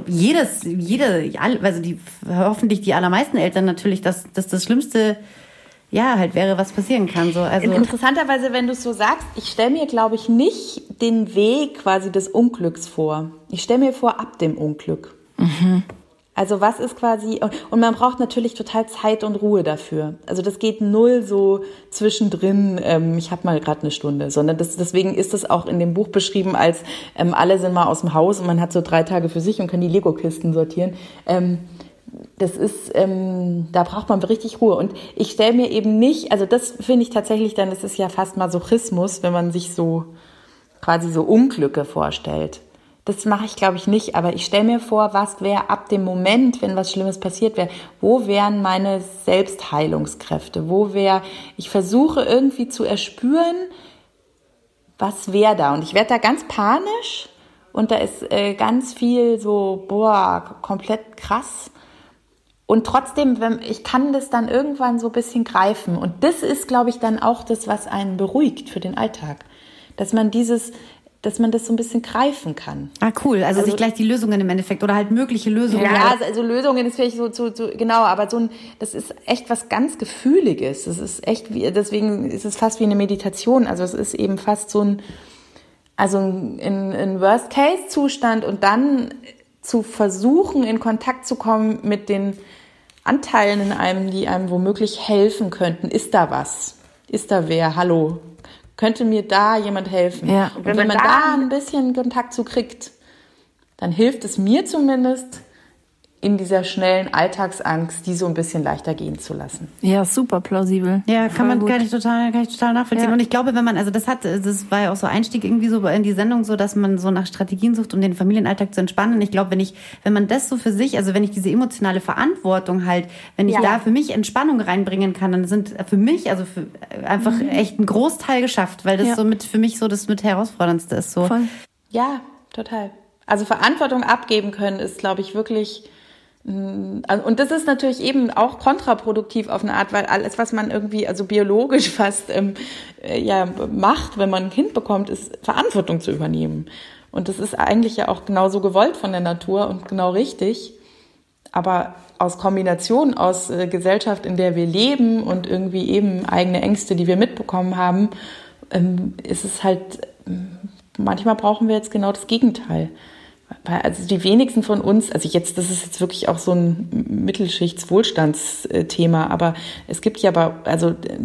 hoffentlich die allermeisten Eltern natürlich, dass das Schlimmste halt wäre, was passieren kann. So, also interessanterweise, wenn du es so sagst, ich stelle mir, glaube ich, nicht den Weg quasi des Unglücks vor. Ich stelle mir vor, ab dem Unglück. Also was ist quasi, und man braucht natürlich total Zeit und Ruhe dafür. Also das geht null so zwischendrin, ich habe mal gerade eine Stunde, sondern deswegen ist das auch in dem Buch beschrieben als alle sind mal aus dem Haus und man hat so 3 Tage für sich und kann die Lego-Kisten sortieren. Das ist, da braucht man richtig Ruhe. Und ich stelle mir eben nicht, also das finde ich tatsächlich dann, das ist ja fast Masochismus, wenn man sich so quasi so Unglücke vorstellt. Das mache ich, glaube ich, nicht, aber ich stelle mir vor, was wäre ab dem Moment, wenn was Schlimmes passiert wäre, wo wären meine Selbstheilungskräfte, ich versuche irgendwie zu erspüren, was wäre da. Und ich werde da ganz panisch und da ist ganz viel so, komplett krass. Und trotzdem, ich kann das dann irgendwann so ein bisschen greifen. Und das ist, glaube ich, dann auch das, was einen beruhigt für den Alltag. Dass man das so ein bisschen greifen kann. Ah, cool. Also sich gleich die Lösungen im Endeffekt oder halt mögliche Lösungen. Ja, also Lösungen ist vielleicht so genau, aber das ist echt was ganz Gefühliges. Das ist echt deswegen ist es fast wie eine Meditation. Also es ist eben fast so ein Worst-Case-Zustand und dann zu versuchen, in Kontakt zu kommen mit den Anteilen in einem, die einem womöglich helfen könnten. Ist da was? Ist da wer? Hallo? Könnte mir da jemand helfen? Ja. Und wenn man da ein bisschen Kontakt zu kriegt, dann hilft es mir zumindest, in dieser schnellen Alltagsangst, die so ein bisschen leichter gehen zu lassen. Ja, super plausibel. Ja, kann ich total nachvollziehen. Ja. Und ich glaube, wenn man, also das war ja auch so Einstieg irgendwie so in die Sendung, so dass man so nach Strategien sucht, um den Familienalltag zu entspannen. Und ich glaube, wenn man das so für sich, also wenn ich diese emotionale Verantwortung halt, wenn ich da für mich Entspannung reinbringen kann, dann sind für mich, also einfach echt ein Großteil geschafft, weil das für mich so das mit herausforderndste ist. So. Voll. Ja, total. Also Verantwortung abgeben können ist, glaube ich, wirklich. Und das ist natürlich eben auch kontraproduktiv auf eine Art, weil alles, was man irgendwie, also biologisch fast macht, wenn man ein Kind bekommt, ist Verantwortung zu übernehmen. Und das ist eigentlich ja auch genauso gewollt von der Natur und genau richtig. Aber aus Kombination aus Gesellschaft, in der wir leben und irgendwie eben eigene Ängste, die wir mitbekommen haben, ist es halt, manchmal brauchen wir jetzt genau das Gegenteil. Also die wenigsten von uns, das ist jetzt wirklich auch so ein Mittelschichts-Wohlstandsthema, aber es gibt ja es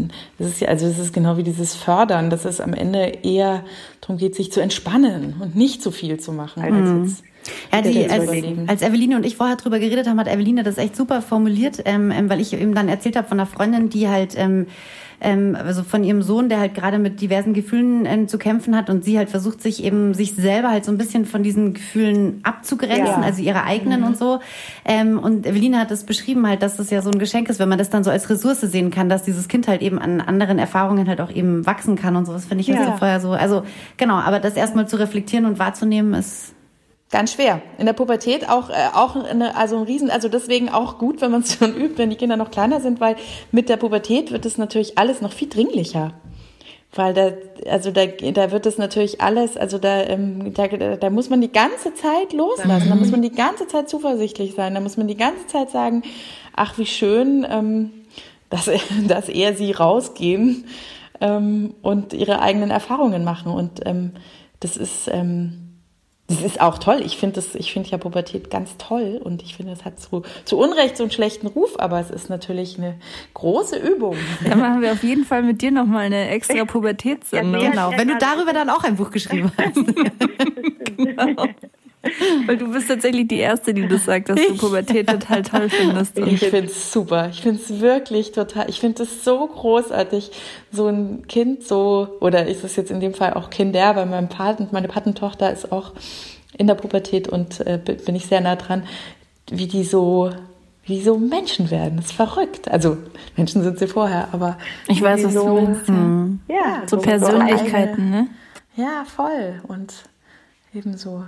ist genau wie dieses Fördern, dass es am Ende eher darum geht, sich zu entspannen und nicht zu viel zu machen. Als Eveline und ich vorher drüber geredet haben, hat Eveline das echt super formuliert, weil ich eben dann erzählt habe von einer Freundin, die halt also von ihrem Sohn, der halt gerade mit diversen Gefühlen zu kämpfen hat und sie halt versucht, sich selber halt so ein bisschen von diesen Gefühlen abzugrenzen, also ihre eigenen und so. Und Eveline hat das beschrieben halt, dass das ja so ein Geschenk ist, wenn man das dann so als Ressource sehen kann, dass dieses Kind halt eben an anderen Erfahrungen halt auch eben wachsen kann und sowas, finde ich jetzt vorher so. Also genau, aber das erstmal zu reflektieren und wahrzunehmen ist ganz schwer. In der Pubertät auch ein Riesen, also deswegen auch gut, wenn man es schon übt, wenn die Kinder noch kleiner sind, weil mit der Pubertät wird es natürlich alles noch viel dringlicher. Weil da wird es natürlich alles, also da muss man die ganze Zeit loslassen, da muss man die ganze Zeit zuversichtlich sein, da muss man die ganze Zeit sagen, ach, wie schön, dass er sie rausgehen und ihre eigenen Erfahrungen machen. Und das ist auch toll. Ich finde ja Pubertät ganz toll und ich finde, es hat zu Unrecht so einen schlechten Ruf, aber es ist natürlich eine große Übung. Da machen wir auf jeden Fall mit dir nochmal eine extra Pubertätssendung. Ja, genau, wenn du darüber dann auch ein Buch geschrieben hast. Genau. Weil du bist tatsächlich die Erste, die das sagt, dass du Pubertät total toll findest. Ich finde es super. Ich finde es wirklich total, ich finde es so großartig, so ein Kind oder ist es jetzt in dem Fall auch Kinder, weil meine Patentochter ist auch in der Pubertät und bin ich sehr nah dran, wie die so Menschen werden. Das ist verrückt. Also Menschen sind sie vorher, aber ich weiß, was du meinst. Ja, so Persönlichkeiten, ne? Ja, voll. Und ebenso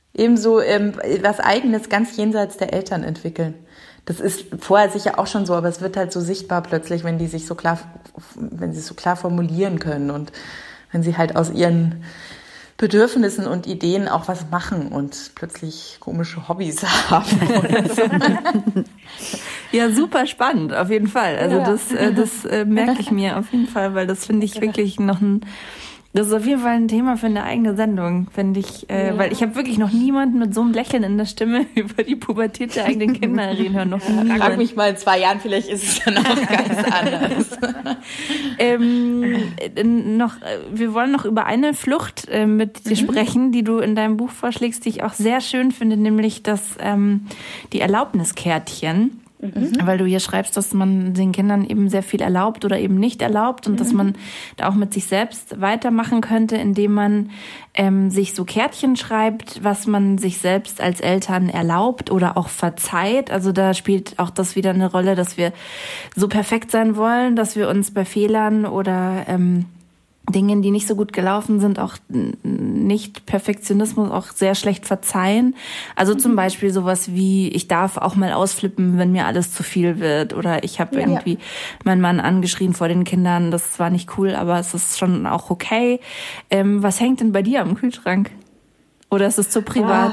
was Eigenes ganz jenseits der Eltern entwickeln. Das ist vorher sicher auch schon so, aber es wird halt so sichtbar plötzlich, wenn sie es so klar formulieren können und wenn sie halt aus ihren Bedürfnissen und Ideen auch was machen und plötzlich komische Hobbys haben. Oder so. Ja, super spannend, auf jeden Fall. Also das merke ich mir auf jeden Fall, weil das finde ich wirklich das ist auf jeden Fall ein Thema für eine eigene Sendung, finde ich. Weil ich habe wirklich noch niemanden mit so einem Lächeln in der Stimme über die Pubertät der eigenen Kinder reden hören. Noch niemand. Frag mich mal in 2 Jahren, vielleicht ist es dann auch ganz anders. Wir wollen noch über eine Flucht mit dir sprechen, die du in deinem Buch vorschlägst, die ich auch sehr schön finde, nämlich die Erlaubniskärtchen. Weil du hier schreibst, dass man den Kindern eben sehr viel erlaubt oder eben nicht erlaubt und dass man da auch mit sich selbst weitermachen könnte, indem man sich so Kärtchen schreibt, was man sich selbst als Eltern erlaubt oder auch verzeiht. Also da spielt auch das wieder eine Rolle, dass wir so perfekt sein wollen, dass wir uns bei Fehlern oder Dingen, die nicht so gut gelaufen sind, auch nicht Perfektionismus auch sehr schlecht verzeihen. Also zum Beispiel sowas wie, ich darf auch mal ausflippen, wenn mir alles zu viel wird. Oder ich habe irgendwie meinen Mann angeschrien vor den Kindern. Das war nicht cool, aber es ist schon auch okay. Was hängt denn bei dir am Kühlschrank? Oder ist es zu privat?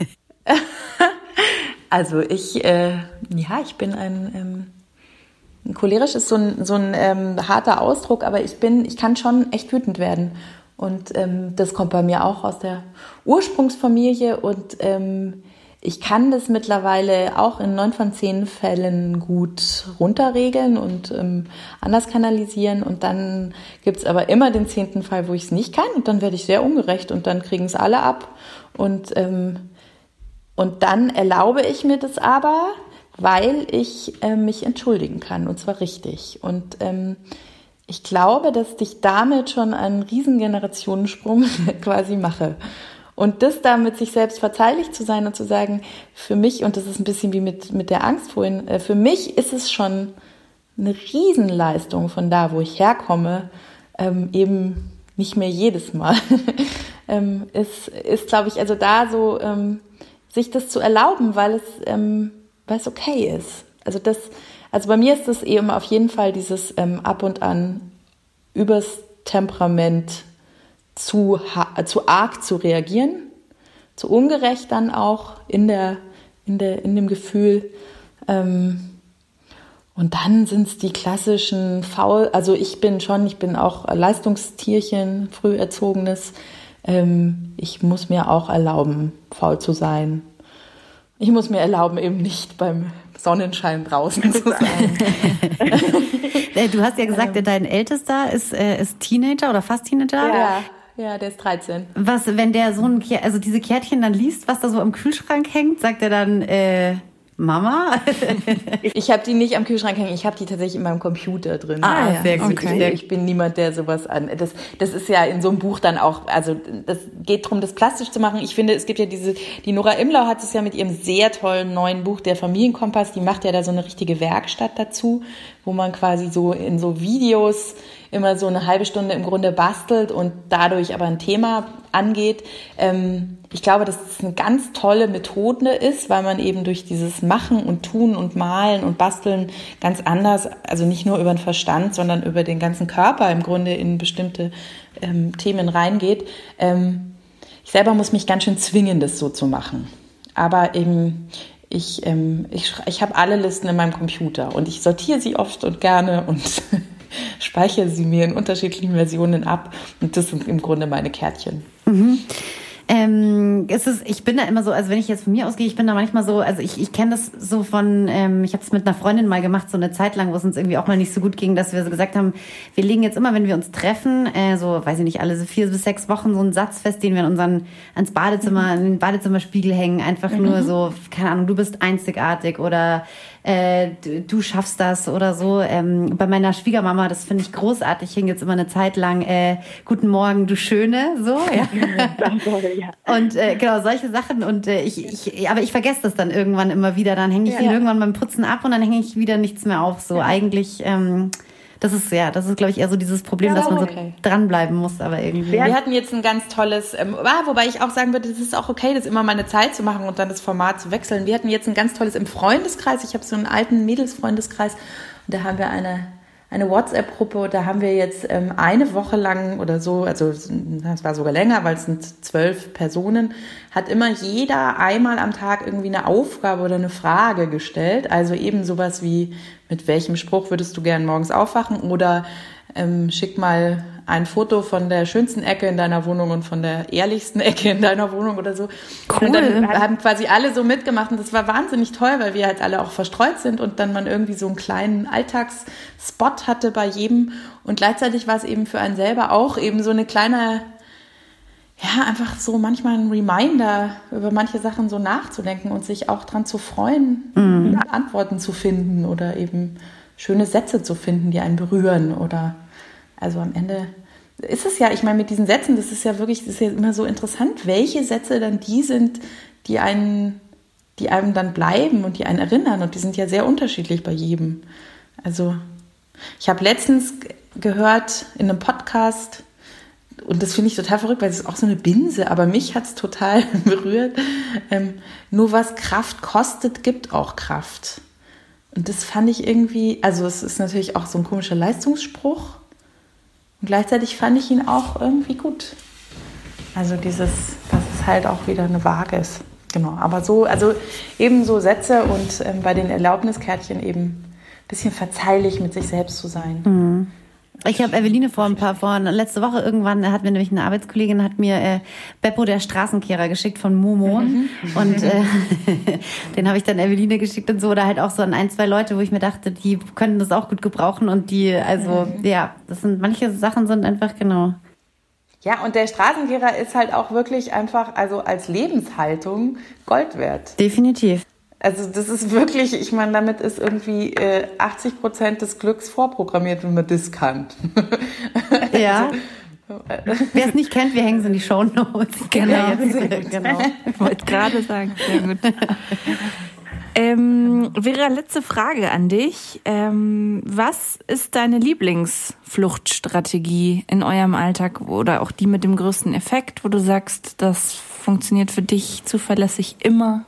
Also ich bin cholerisch ist so ein harter Ausdruck, aber ich kann schon echt wütend werden. Und das kommt bei mir auch aus der Ursprungsfamilie. Und ich kann das mittlerweile auch in 9 von 10 Fällen gut runterregeln und anders kanalisieren. Und dann gibt's aber immer den 10. Fall, wo ich es nicht kann. Und dann werde ich sehr ungerecht und dann kriegen es alle ab. Und Und dann erlaube ich mir das aber, weil ich mich entschuldigen kann, und zwar richtig. Und ich glaube, dass ich damit schon einen riesen Generationensprung quasi mache. Und das da mit sich selbst verzeihlich zu sein und zu sagen, für mich, und das ist ein bisschen wie mit der Angst vorhin, für mich ist es schon eine Riesenleistung von da, wo ich herkomme, eben nicht mehr jedes Mal. ist, glaube ich, also da so, sich das zu erlauben, weil es okay ist. Also bei mir ist es eben auf jeden Fall dieses ab und an übers Temperament zu arg zu reagieren, zu ungerecht dann auch in dem Gefühl. Und dann sind es die klassischen also ich bin auch Leistungstierchen, früh erzogenes. Ich muss mir auch erlauben, faul zu sein. Ich muss mir erlauben, eben nicht beim Sonnenschein draußen zu sein. Du hast ja gesagt, dein Ältester ist Teenager oder fast Teenager. Ja, der ist 13. Was, wenn der diese Kärtchen dann liest, was da so am Kühlschrank hängt, sagt er dann, Mama? Ich habe die nicht am Kühlschrank hängen, ich habe die tatsächlich in meinem Computer drin. Sehr gut. Okay. Ich bin niemand, der sowas das ist ja in so einem Buch dann auch, also das geht darum, das plastisch zu machen. Ich finde, es gibt ja die Nora Imlau hat es ja mit ihrem sehr tollen neuen Buch, der Familienkompass, die macht ja da so eine richtige Werkstatt dazu, wo man quasi so in so Videos immer so eine halbe Stunde im Grunde bastelt und dadurch aber ein Thema angeht. Ich glaube, dass es eine ganz tolle Methode ist, weil man eben durch dieses Machen und Tun und Malen und Basteln ganz anders, also nicht nur über den Verstand, sondern über den ganzen Körper im Grunde in bestimmte Themen reingeht. Ich selber muss mich ganz schön zwingen, das so zu machen. Aber eben ich habe alle Listen in meinem Computer und ich sortiere sie oft und gerne und speichere sie mir in unterschiedlichen Versionen ab. Und das sind im Grunde meine Kärtchen. Mhm. Ich bin da immer so, also wenn ich jetzt von mir ausgehe, ich bin da manchmal so, also ich kenne das so von, ich habe es mit einer Freundin mal gemacht, so eine Zeit lang, wo es uns irgendwie auch mal nicht so gut ging, dass wir so gesagt haben, wir legen jetzt immer, wenn wir uns treffen, so, weiß ich nicht, alle so 4 bis 6 Wochen so einen Satz fest, den wir in ans Badezimmer, in den Badezimmerspiegel hängen, einfach nur so, keine Ahnung, du bist einzigartig oder du schaffst das oder so. Bei meiner Schwiegermama, das finde ich großartig, hing jetzt immer eine Zeit lang, guten Morgen, du Schöne, so, ja. Und genau, solche Sachen. Und aber ich vergesse das dann irgendwann immer wieder. Dann hänge ich ihn irgendwann beim Putzen ab und dann hänge ich wieder nichts mehr auf. So eigentlich, das ist, glaube ich, eher so dieses Problem, dass man so dranbleiben muss, aber irgendwie. Wir hatten jetzt ein ganz tolles, wobei ich auch sagen würde, es ist auch okay, das immer mal eine Zeit zu machen und dann das Format zu wechseln. Wir hatten jetzt ein ganz tolles im Freundeskreis. Ich habe so einen alten Mädelsfreundeskreis und da haben wir eine WhatsApp-Gruppe, da haben wir jetzt eine Woche lang oder so, also das war sogar länger, weil es sind 12 Personen, hat immer jeder einmal am Tag irgendwie eine Aufgabe oder eine Frage gestellt. Also eben sowas wie, mit welchem Spruch würdest du gern morgens aufwachen oder schick mal ein Foto von der schönsten Ecke in deiner Wohnung und von der ehrlichsten Ecke in deiner Wohnung oder so. Cool. Und dann haben quasi alle so mitgemacht und das war wahnsinnig toll, weil wir halt alle auch verstreut sind und dann man irgendwie so einen kleinen Alltagsspot hatte bei jedem und gleichzeitig war es eben für einen selber auch eben so eine kleine, einfach so manchmal ein Reminder, über manche Sachen so nachzudenken und sich auch dran zu freuen, Antworten zu finden oder eben schöne Sätze zu finden, die einen berühren oder also am Ende ist es ja, ich meine mit diesen Sätzen, das ist ja immer so interessant, welche Sätze dann die sind, die einem dann bleiben und die einen erinnern und die sind ja sehr unterschiedlich bei jedem. Also ich habe letztens gehört in einem Podcast und das finde ich total verrückt, weil es ist auch so eine Binse, aber mich hat es total berührt. Nur was Kraft kostet, gibt auch Kraft. Und das fand ich irgendwie, also es ist natürlich auch so ein komischer Leistungsspruch und gleichzeitig fand ich ihn auch irgendwie gut. Also dass es halt auch wieder eine Waage ist. Genau, aber so, also eben so Sätze und bei den Erlaubniskärtchen eben ein bisschen verzeihlich mit sich selbst zu sein. Mhm. Ich habe Eveline letzte Woche irgendwann, hat mir nämlich eine Arbeitskollegin, hat mir Beppo der Straßenkehrer geschickt von Momo und den habe ich dann Eveline geschickt und so, oder halt auch so an 1, 2 Leute, wo ich mir dachte, die können das auch gut gebrauchen und die, also das sind, manche Sachen sind einfach, genau. Ja, und der Straßenkehrer ist halt auch wirklich einfach, also als Lebenshaltung Gold wert. Definitiv. Also das ist wirklich, ich meine, damit ist irgendwie 80% des Glücks vorprogrammiert, wenn man das kann. Ja. Wer es nicht kennt, wir hängen es in die Shownotes. Genau. Genau. Ich wollte gerade sagen, sehr gut. Vera, letzte Frage an dich. Was ist deine Lieblingsfluchtstrategie in eurem Alltag oder auch die mit dem größten Effekt, wo du sagst, das funktioniert für dich zuverlässig immer?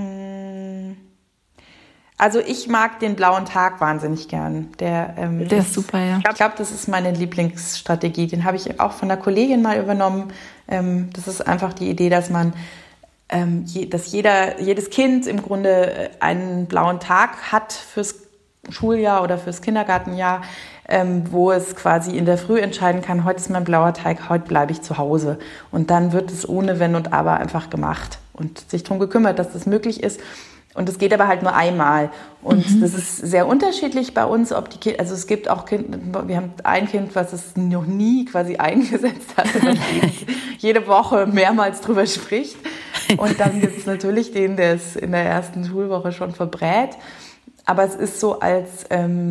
Also ich mag den blauen Tag wahnsinnig gern. Der ist super, ja. Ich glaube, das ist meine Lieblingsstrategie. Den habe ich auch von einer Kollegin mal übernommen. Das ist einfach die Idee, dass man dass jedes Kind im Grunde einen blauen Tag hat fürs Schuljahr oder fürs Kindergartenjahr, wo es quasi in der Früh entscheiden kann, heute ist mein blauer Tag, heute bleibe ich zu Hause. Und dann wird es ohne Wenn und Aber einfach gemacht und sich darum gekümmert, dass das möglich ist. Und es geht aber halt nur einmal. Und das ist sehr unterschiedlich bei uns, ob die Kinder, also es gibt auch Kinder, wir haben ein Kind, was es noch nie quasi eingesetzt hat, was jede Woche mehrmals drüber spricht. Und dann gibt es natürlich den, der es in der ersten Schulwoche schon verbrät. Aber es ist so als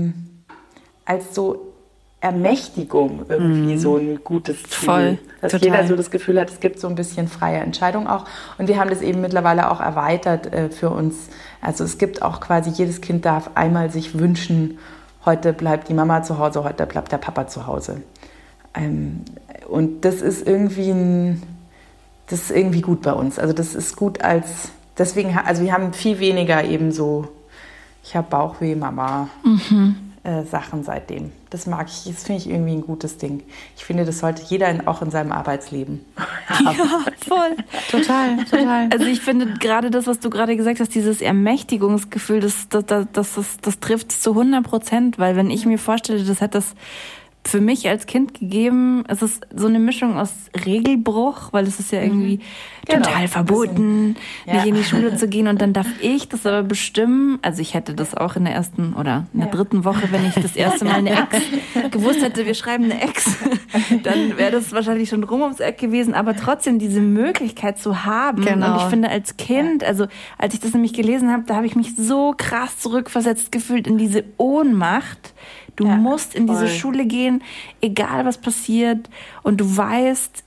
so Ermächtigung irgendwie so ein gutes Tool. Voll, dass total. jeder so das Gefühl hat, es gibt so ein bisschen freie Entscheidung auch. Und wir haben das eben mittlerweile auch erweitert für uns. Also es gibt auch quasi, jedes Kind darf einmal sich wünschen, heute bleibt die Mama zu Hause, heute bleibt der Papa zu Hause. Und das ist irgendwie gut bei uns. Also das ist gut deswegen, also wir haben viel weniger eben so, ich habe Bauchweh, Mama, Sachen seitdem. Das mag ich, das finde ich irgendwie ein gutes Ding. Ich finde, das sollte jeder auch in seinem Arbeitsleben haben. Ja, voll. Total. Also ich finde gerade das, was du gerade gesagt hast, dieses Ermächtigungsgefühl, das trifft es zu 100%, weil wenn ich mir vorstelle, das hat das für mich als Kind gegeben, es ist so eine Mischung aus Regelbruch, weil es ist ja irgendwie total verboten, nicht in die Schule zu gehen und dann darf ich das aber bestimmen. Also ich hätte das auch in der ersten oder in der dritten Woche, wenn ich das erste Mal eine Ex gewusst hätte, wir schreiben eine Ex, dann wäre das wahrscheinlich schon rum ums Eck gewesen, aber trotzdem diese Möglichkeit zu haben. Genau. Und ich finde als Kind, also als ich das nämlich gelesen habe, da habe ich mich so krass zurückversetzt gefühlt in diese Ohnmacht. Du musst in diese Schule gehen, egal was passiert. Und du weißt,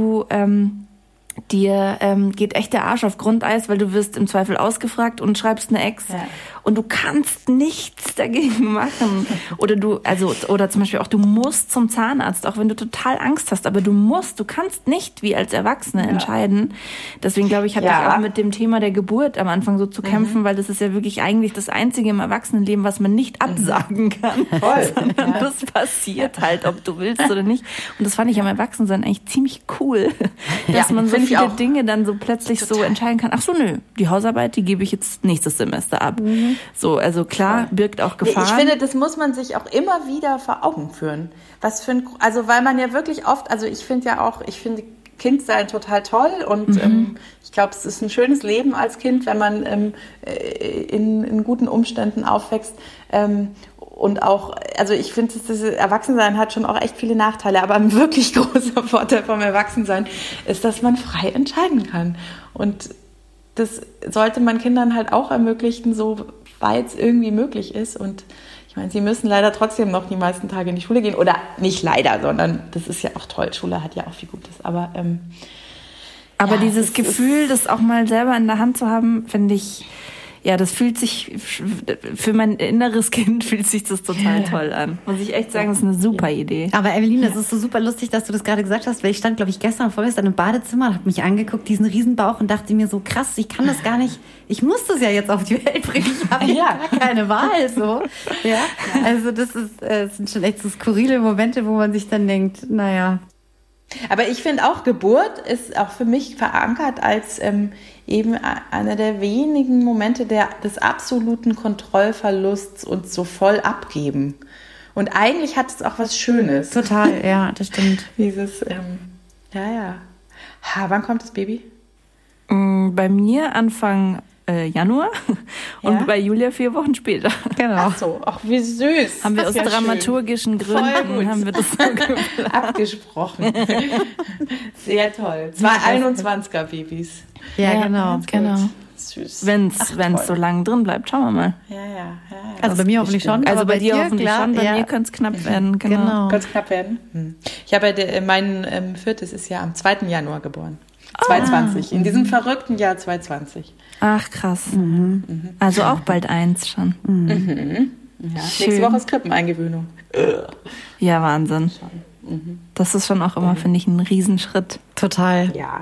dir geht echt der Arsch auf Grundeis, weil du wirst im Zweifel ausgefragt und schreibst eine Ex. Ja. Und du kannst nichts dagegen machen. Oder oder zum Beispiel auch, du musst zum Zahnarzt, auch wenn du total Angst hast, aber du kannst nicht wie als Erwachsene entscheiden. Deswegen glaube ich, hatte ich auch mit dem Thema der Geburt am Anfang so zu kämpfen, weil das ist ja wirklich eigentlich das Einzige im Erwachsenenleben, was man nicht absagen kann. Voll. Sondern das passiert halt, ob du willst oder nicht. Und das fand ich am Erwachsensein eigentlich ziemlich cool, dass man so viele Dinge dann so plötzlich so entscheiden kann. Ach so, nö, die Hausarbeit, die gebe ich jetzt nächstes Semester ab. So, also klar, birgt auch Gefahren. Ich finde, das muss man sich auch immer wieder vor Augen führen. Also weil man ja wirklich oft, also ich finde Kindsein total toll und ich glaube, es ist ein schönes Leben als Kind, wenn man in guten Umständen aufwächst. Und auch, also ich finde, das Erwachsensein hat schon auch echt viele Nachteile, aber ein wirklich großer Vorteil vom Erwachsensein ist, dass man frei entscheiden kann. Und das sollte man Kindern halt auch ermöglichen, so weit es irgendwie möglich ist. Und ich meine, sie müssen leider trotzdem noch die meisten Tage in die Schule gehen. Oder nicht leider, sondern das ist ja auch toll. Schule hat ja auch viel Gutes. Aber dieses Gefühl, das auch mal selber in der Hand zu haben, finde ich, ja, das fühlt sich, für mein inneres Kind fühlt sich das total toll an. Muss ich echt sagen, das ist eine super Idee. Aber Eveline, das ist so super lustig, dass du das gerade gesagt hast, weil ich stand, glaube ich, gestern vorgestern im Badezimmer und habe mich angeguckt, diesen Riesenbauch und dachte mir so, krass, ich kann das gar nicht, ich muss das ja jetzt auf die Welt bringen, ich habe gar keine Wahl, so. Ja, also das sind schon echt so skurrile Momente, wo man sich dann denkt, naja. Aber ich finde auch, Geburt ist auch für mich verankert als eben einer der wenigen Momente des absoluten Kontrollverlusts und so voll abgeben. Und eigentlich hat es auch was Schönes. Total, ja, das stimmt. Dieses, wann kommt das Baby? Bei mir Anfang Januar und bei Julia 4 Wochen später. Genau. Ach so, ach wie süß. Haben wir aus dramaturgischen Gründen haben wir das so abgesprochen. Sehr toll. 2 21er-Babys. Ja, genau. Süß. Wenn's so lange drin bleibt, schauen wir mal. Ja. Also bei mir hoffentlich schon. Also aber bei dir hoffentlich klar, schon, bei mir könnte es knapp werden. Genau. Könnte es knapp werden? Ich habe mein Viertes ist ja am 2. Januar geboren. 2020, in diesem verrückten Jahr 2020. Ach, krass. Also auch bald 1 schon. Ja, nächste Woche ist Krippeneingewöhnung. Ja, Wahnsinn. Das ist schon auch immer, finde ich, ein Riesenschritt. Total. Ja.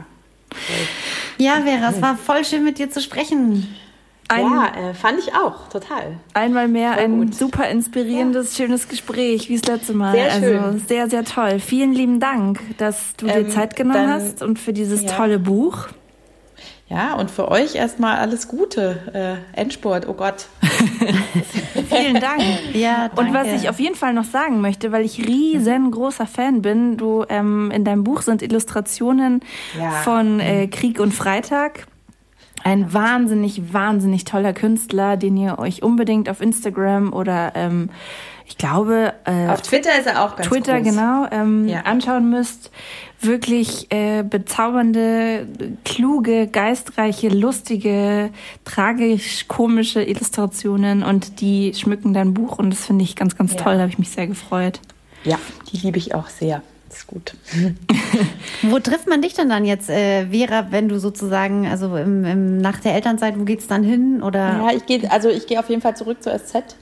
Ja, Vera, es war voll schön mit dir zu sprechen. Fand ich auch, total. Einmal mehr ein super inspirierendes, schönes Gespräch, wie das letzte Mal. Sehr schön. Also sehr, sehr toll. Vielen lieben Dank, dass du dir Zeit genommen hast und für dieses tolle Buch. Ja, und für euch erstmal alles Gute. Endspurt, oh Gott. Vielen Dank. Ja, danke. Und was ich auf jeden Fall noch sagen möchte, weil ich riesengroßer Fan bin, du in deinem Buch sind Illustrationen von Krieg und Freitag. Ein wahnsinnig, wahnsinnig toller Künstler, den ihr euch unbedingt auf Instagram oder ich glaube auf Twitter ist er auch ganz Twitter, groß. genau, anschauen müsst. Wirklich bezaubernde, kluge, geistreiche, lustige, tragisch-komische Illustrationen und die schmücken dein Buch und das finde ich ganz, ganz toll, da habe ich mich sehr gefreut. Ja, die liebe ich auch sehr. Das ist gut. Wo trifft man dich denn dann jetzt, Vera, wenn du sozusagen, also nach der Elternzeit, wo geht's dann hin? Oder? Ja, ich gehe auf jeden Fall zurück zur SZ.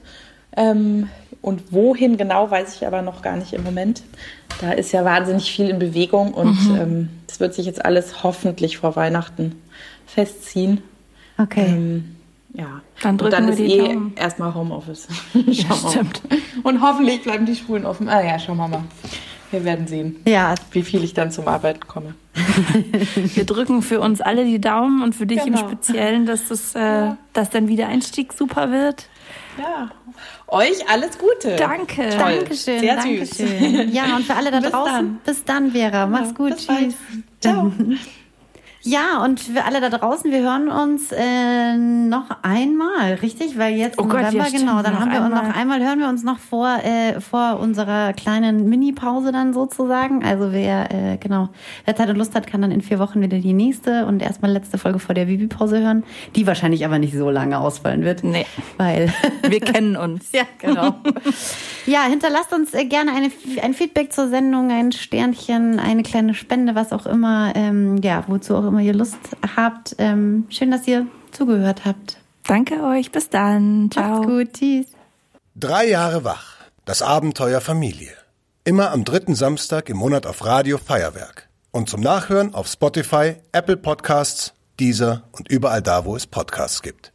Und wohin genau, weiß ich aber noch gar nicht im Moment. Da ist ja wahnsinnig viel in Bewegung und das wird sich jetzt alles hoffentlich vor Weihnachten festziehen. Okay. Ja. Dann drücken und dann wir ist die Daumen. Erstmal Homeoffice. Ja, stimmt. Und hoffentlich bleiben die Schulen offen. Schauen wir mal. Wir werden sehen, wie viel ich dann zum Arbeiten komme. Wir drücken für uns alle die Daumen und für dich im Speziellen, dass dass dein Wiedereinstieg super wird. Ja, euch alles Gute. Danke. Toll. Dankeschön. Sehr Dankeschön. süß. Ja, und für alle da draußen, bis dann, Vera. Mach's gut. Bis bald. Tschüss. Ciao. Ja, und für alle da draußen, wir hören uns noch einmal, richtig? Weil jetzt im November, stimmt, genau, dann noch hören wir uns noch vor unserer kleinen Mini-Pause dann sozusagen. Also wer Zeit und Lust hat, kann dann in 4 Wochen wieder die nächste und erstmal letzte Folge vor der Bibi-Pause hören, die wahrscheinlich aber nicht so lange ausfallen wird. Nee. Weil wir kennen uns. Ja, genau. Ja, hinterlasst uns gerne ein Feedback zur Sendung, ein Sternchen, eine kleine Spende, was auch immer, wozu auch immer ihr Lust habt. Schön, dass ihr zugehört habt. Danke euch, bis dann. Ciao. Macht's gut, tschüss. 3 Jahre wach. Das Abenteuer Familie. Immer am 3. Samstag im Monat auf Radio Feuerwerk. Und zum Nachhören auf Spotify, Apple Podcasts, Deezer und überall da, wo es Podcasts gibt.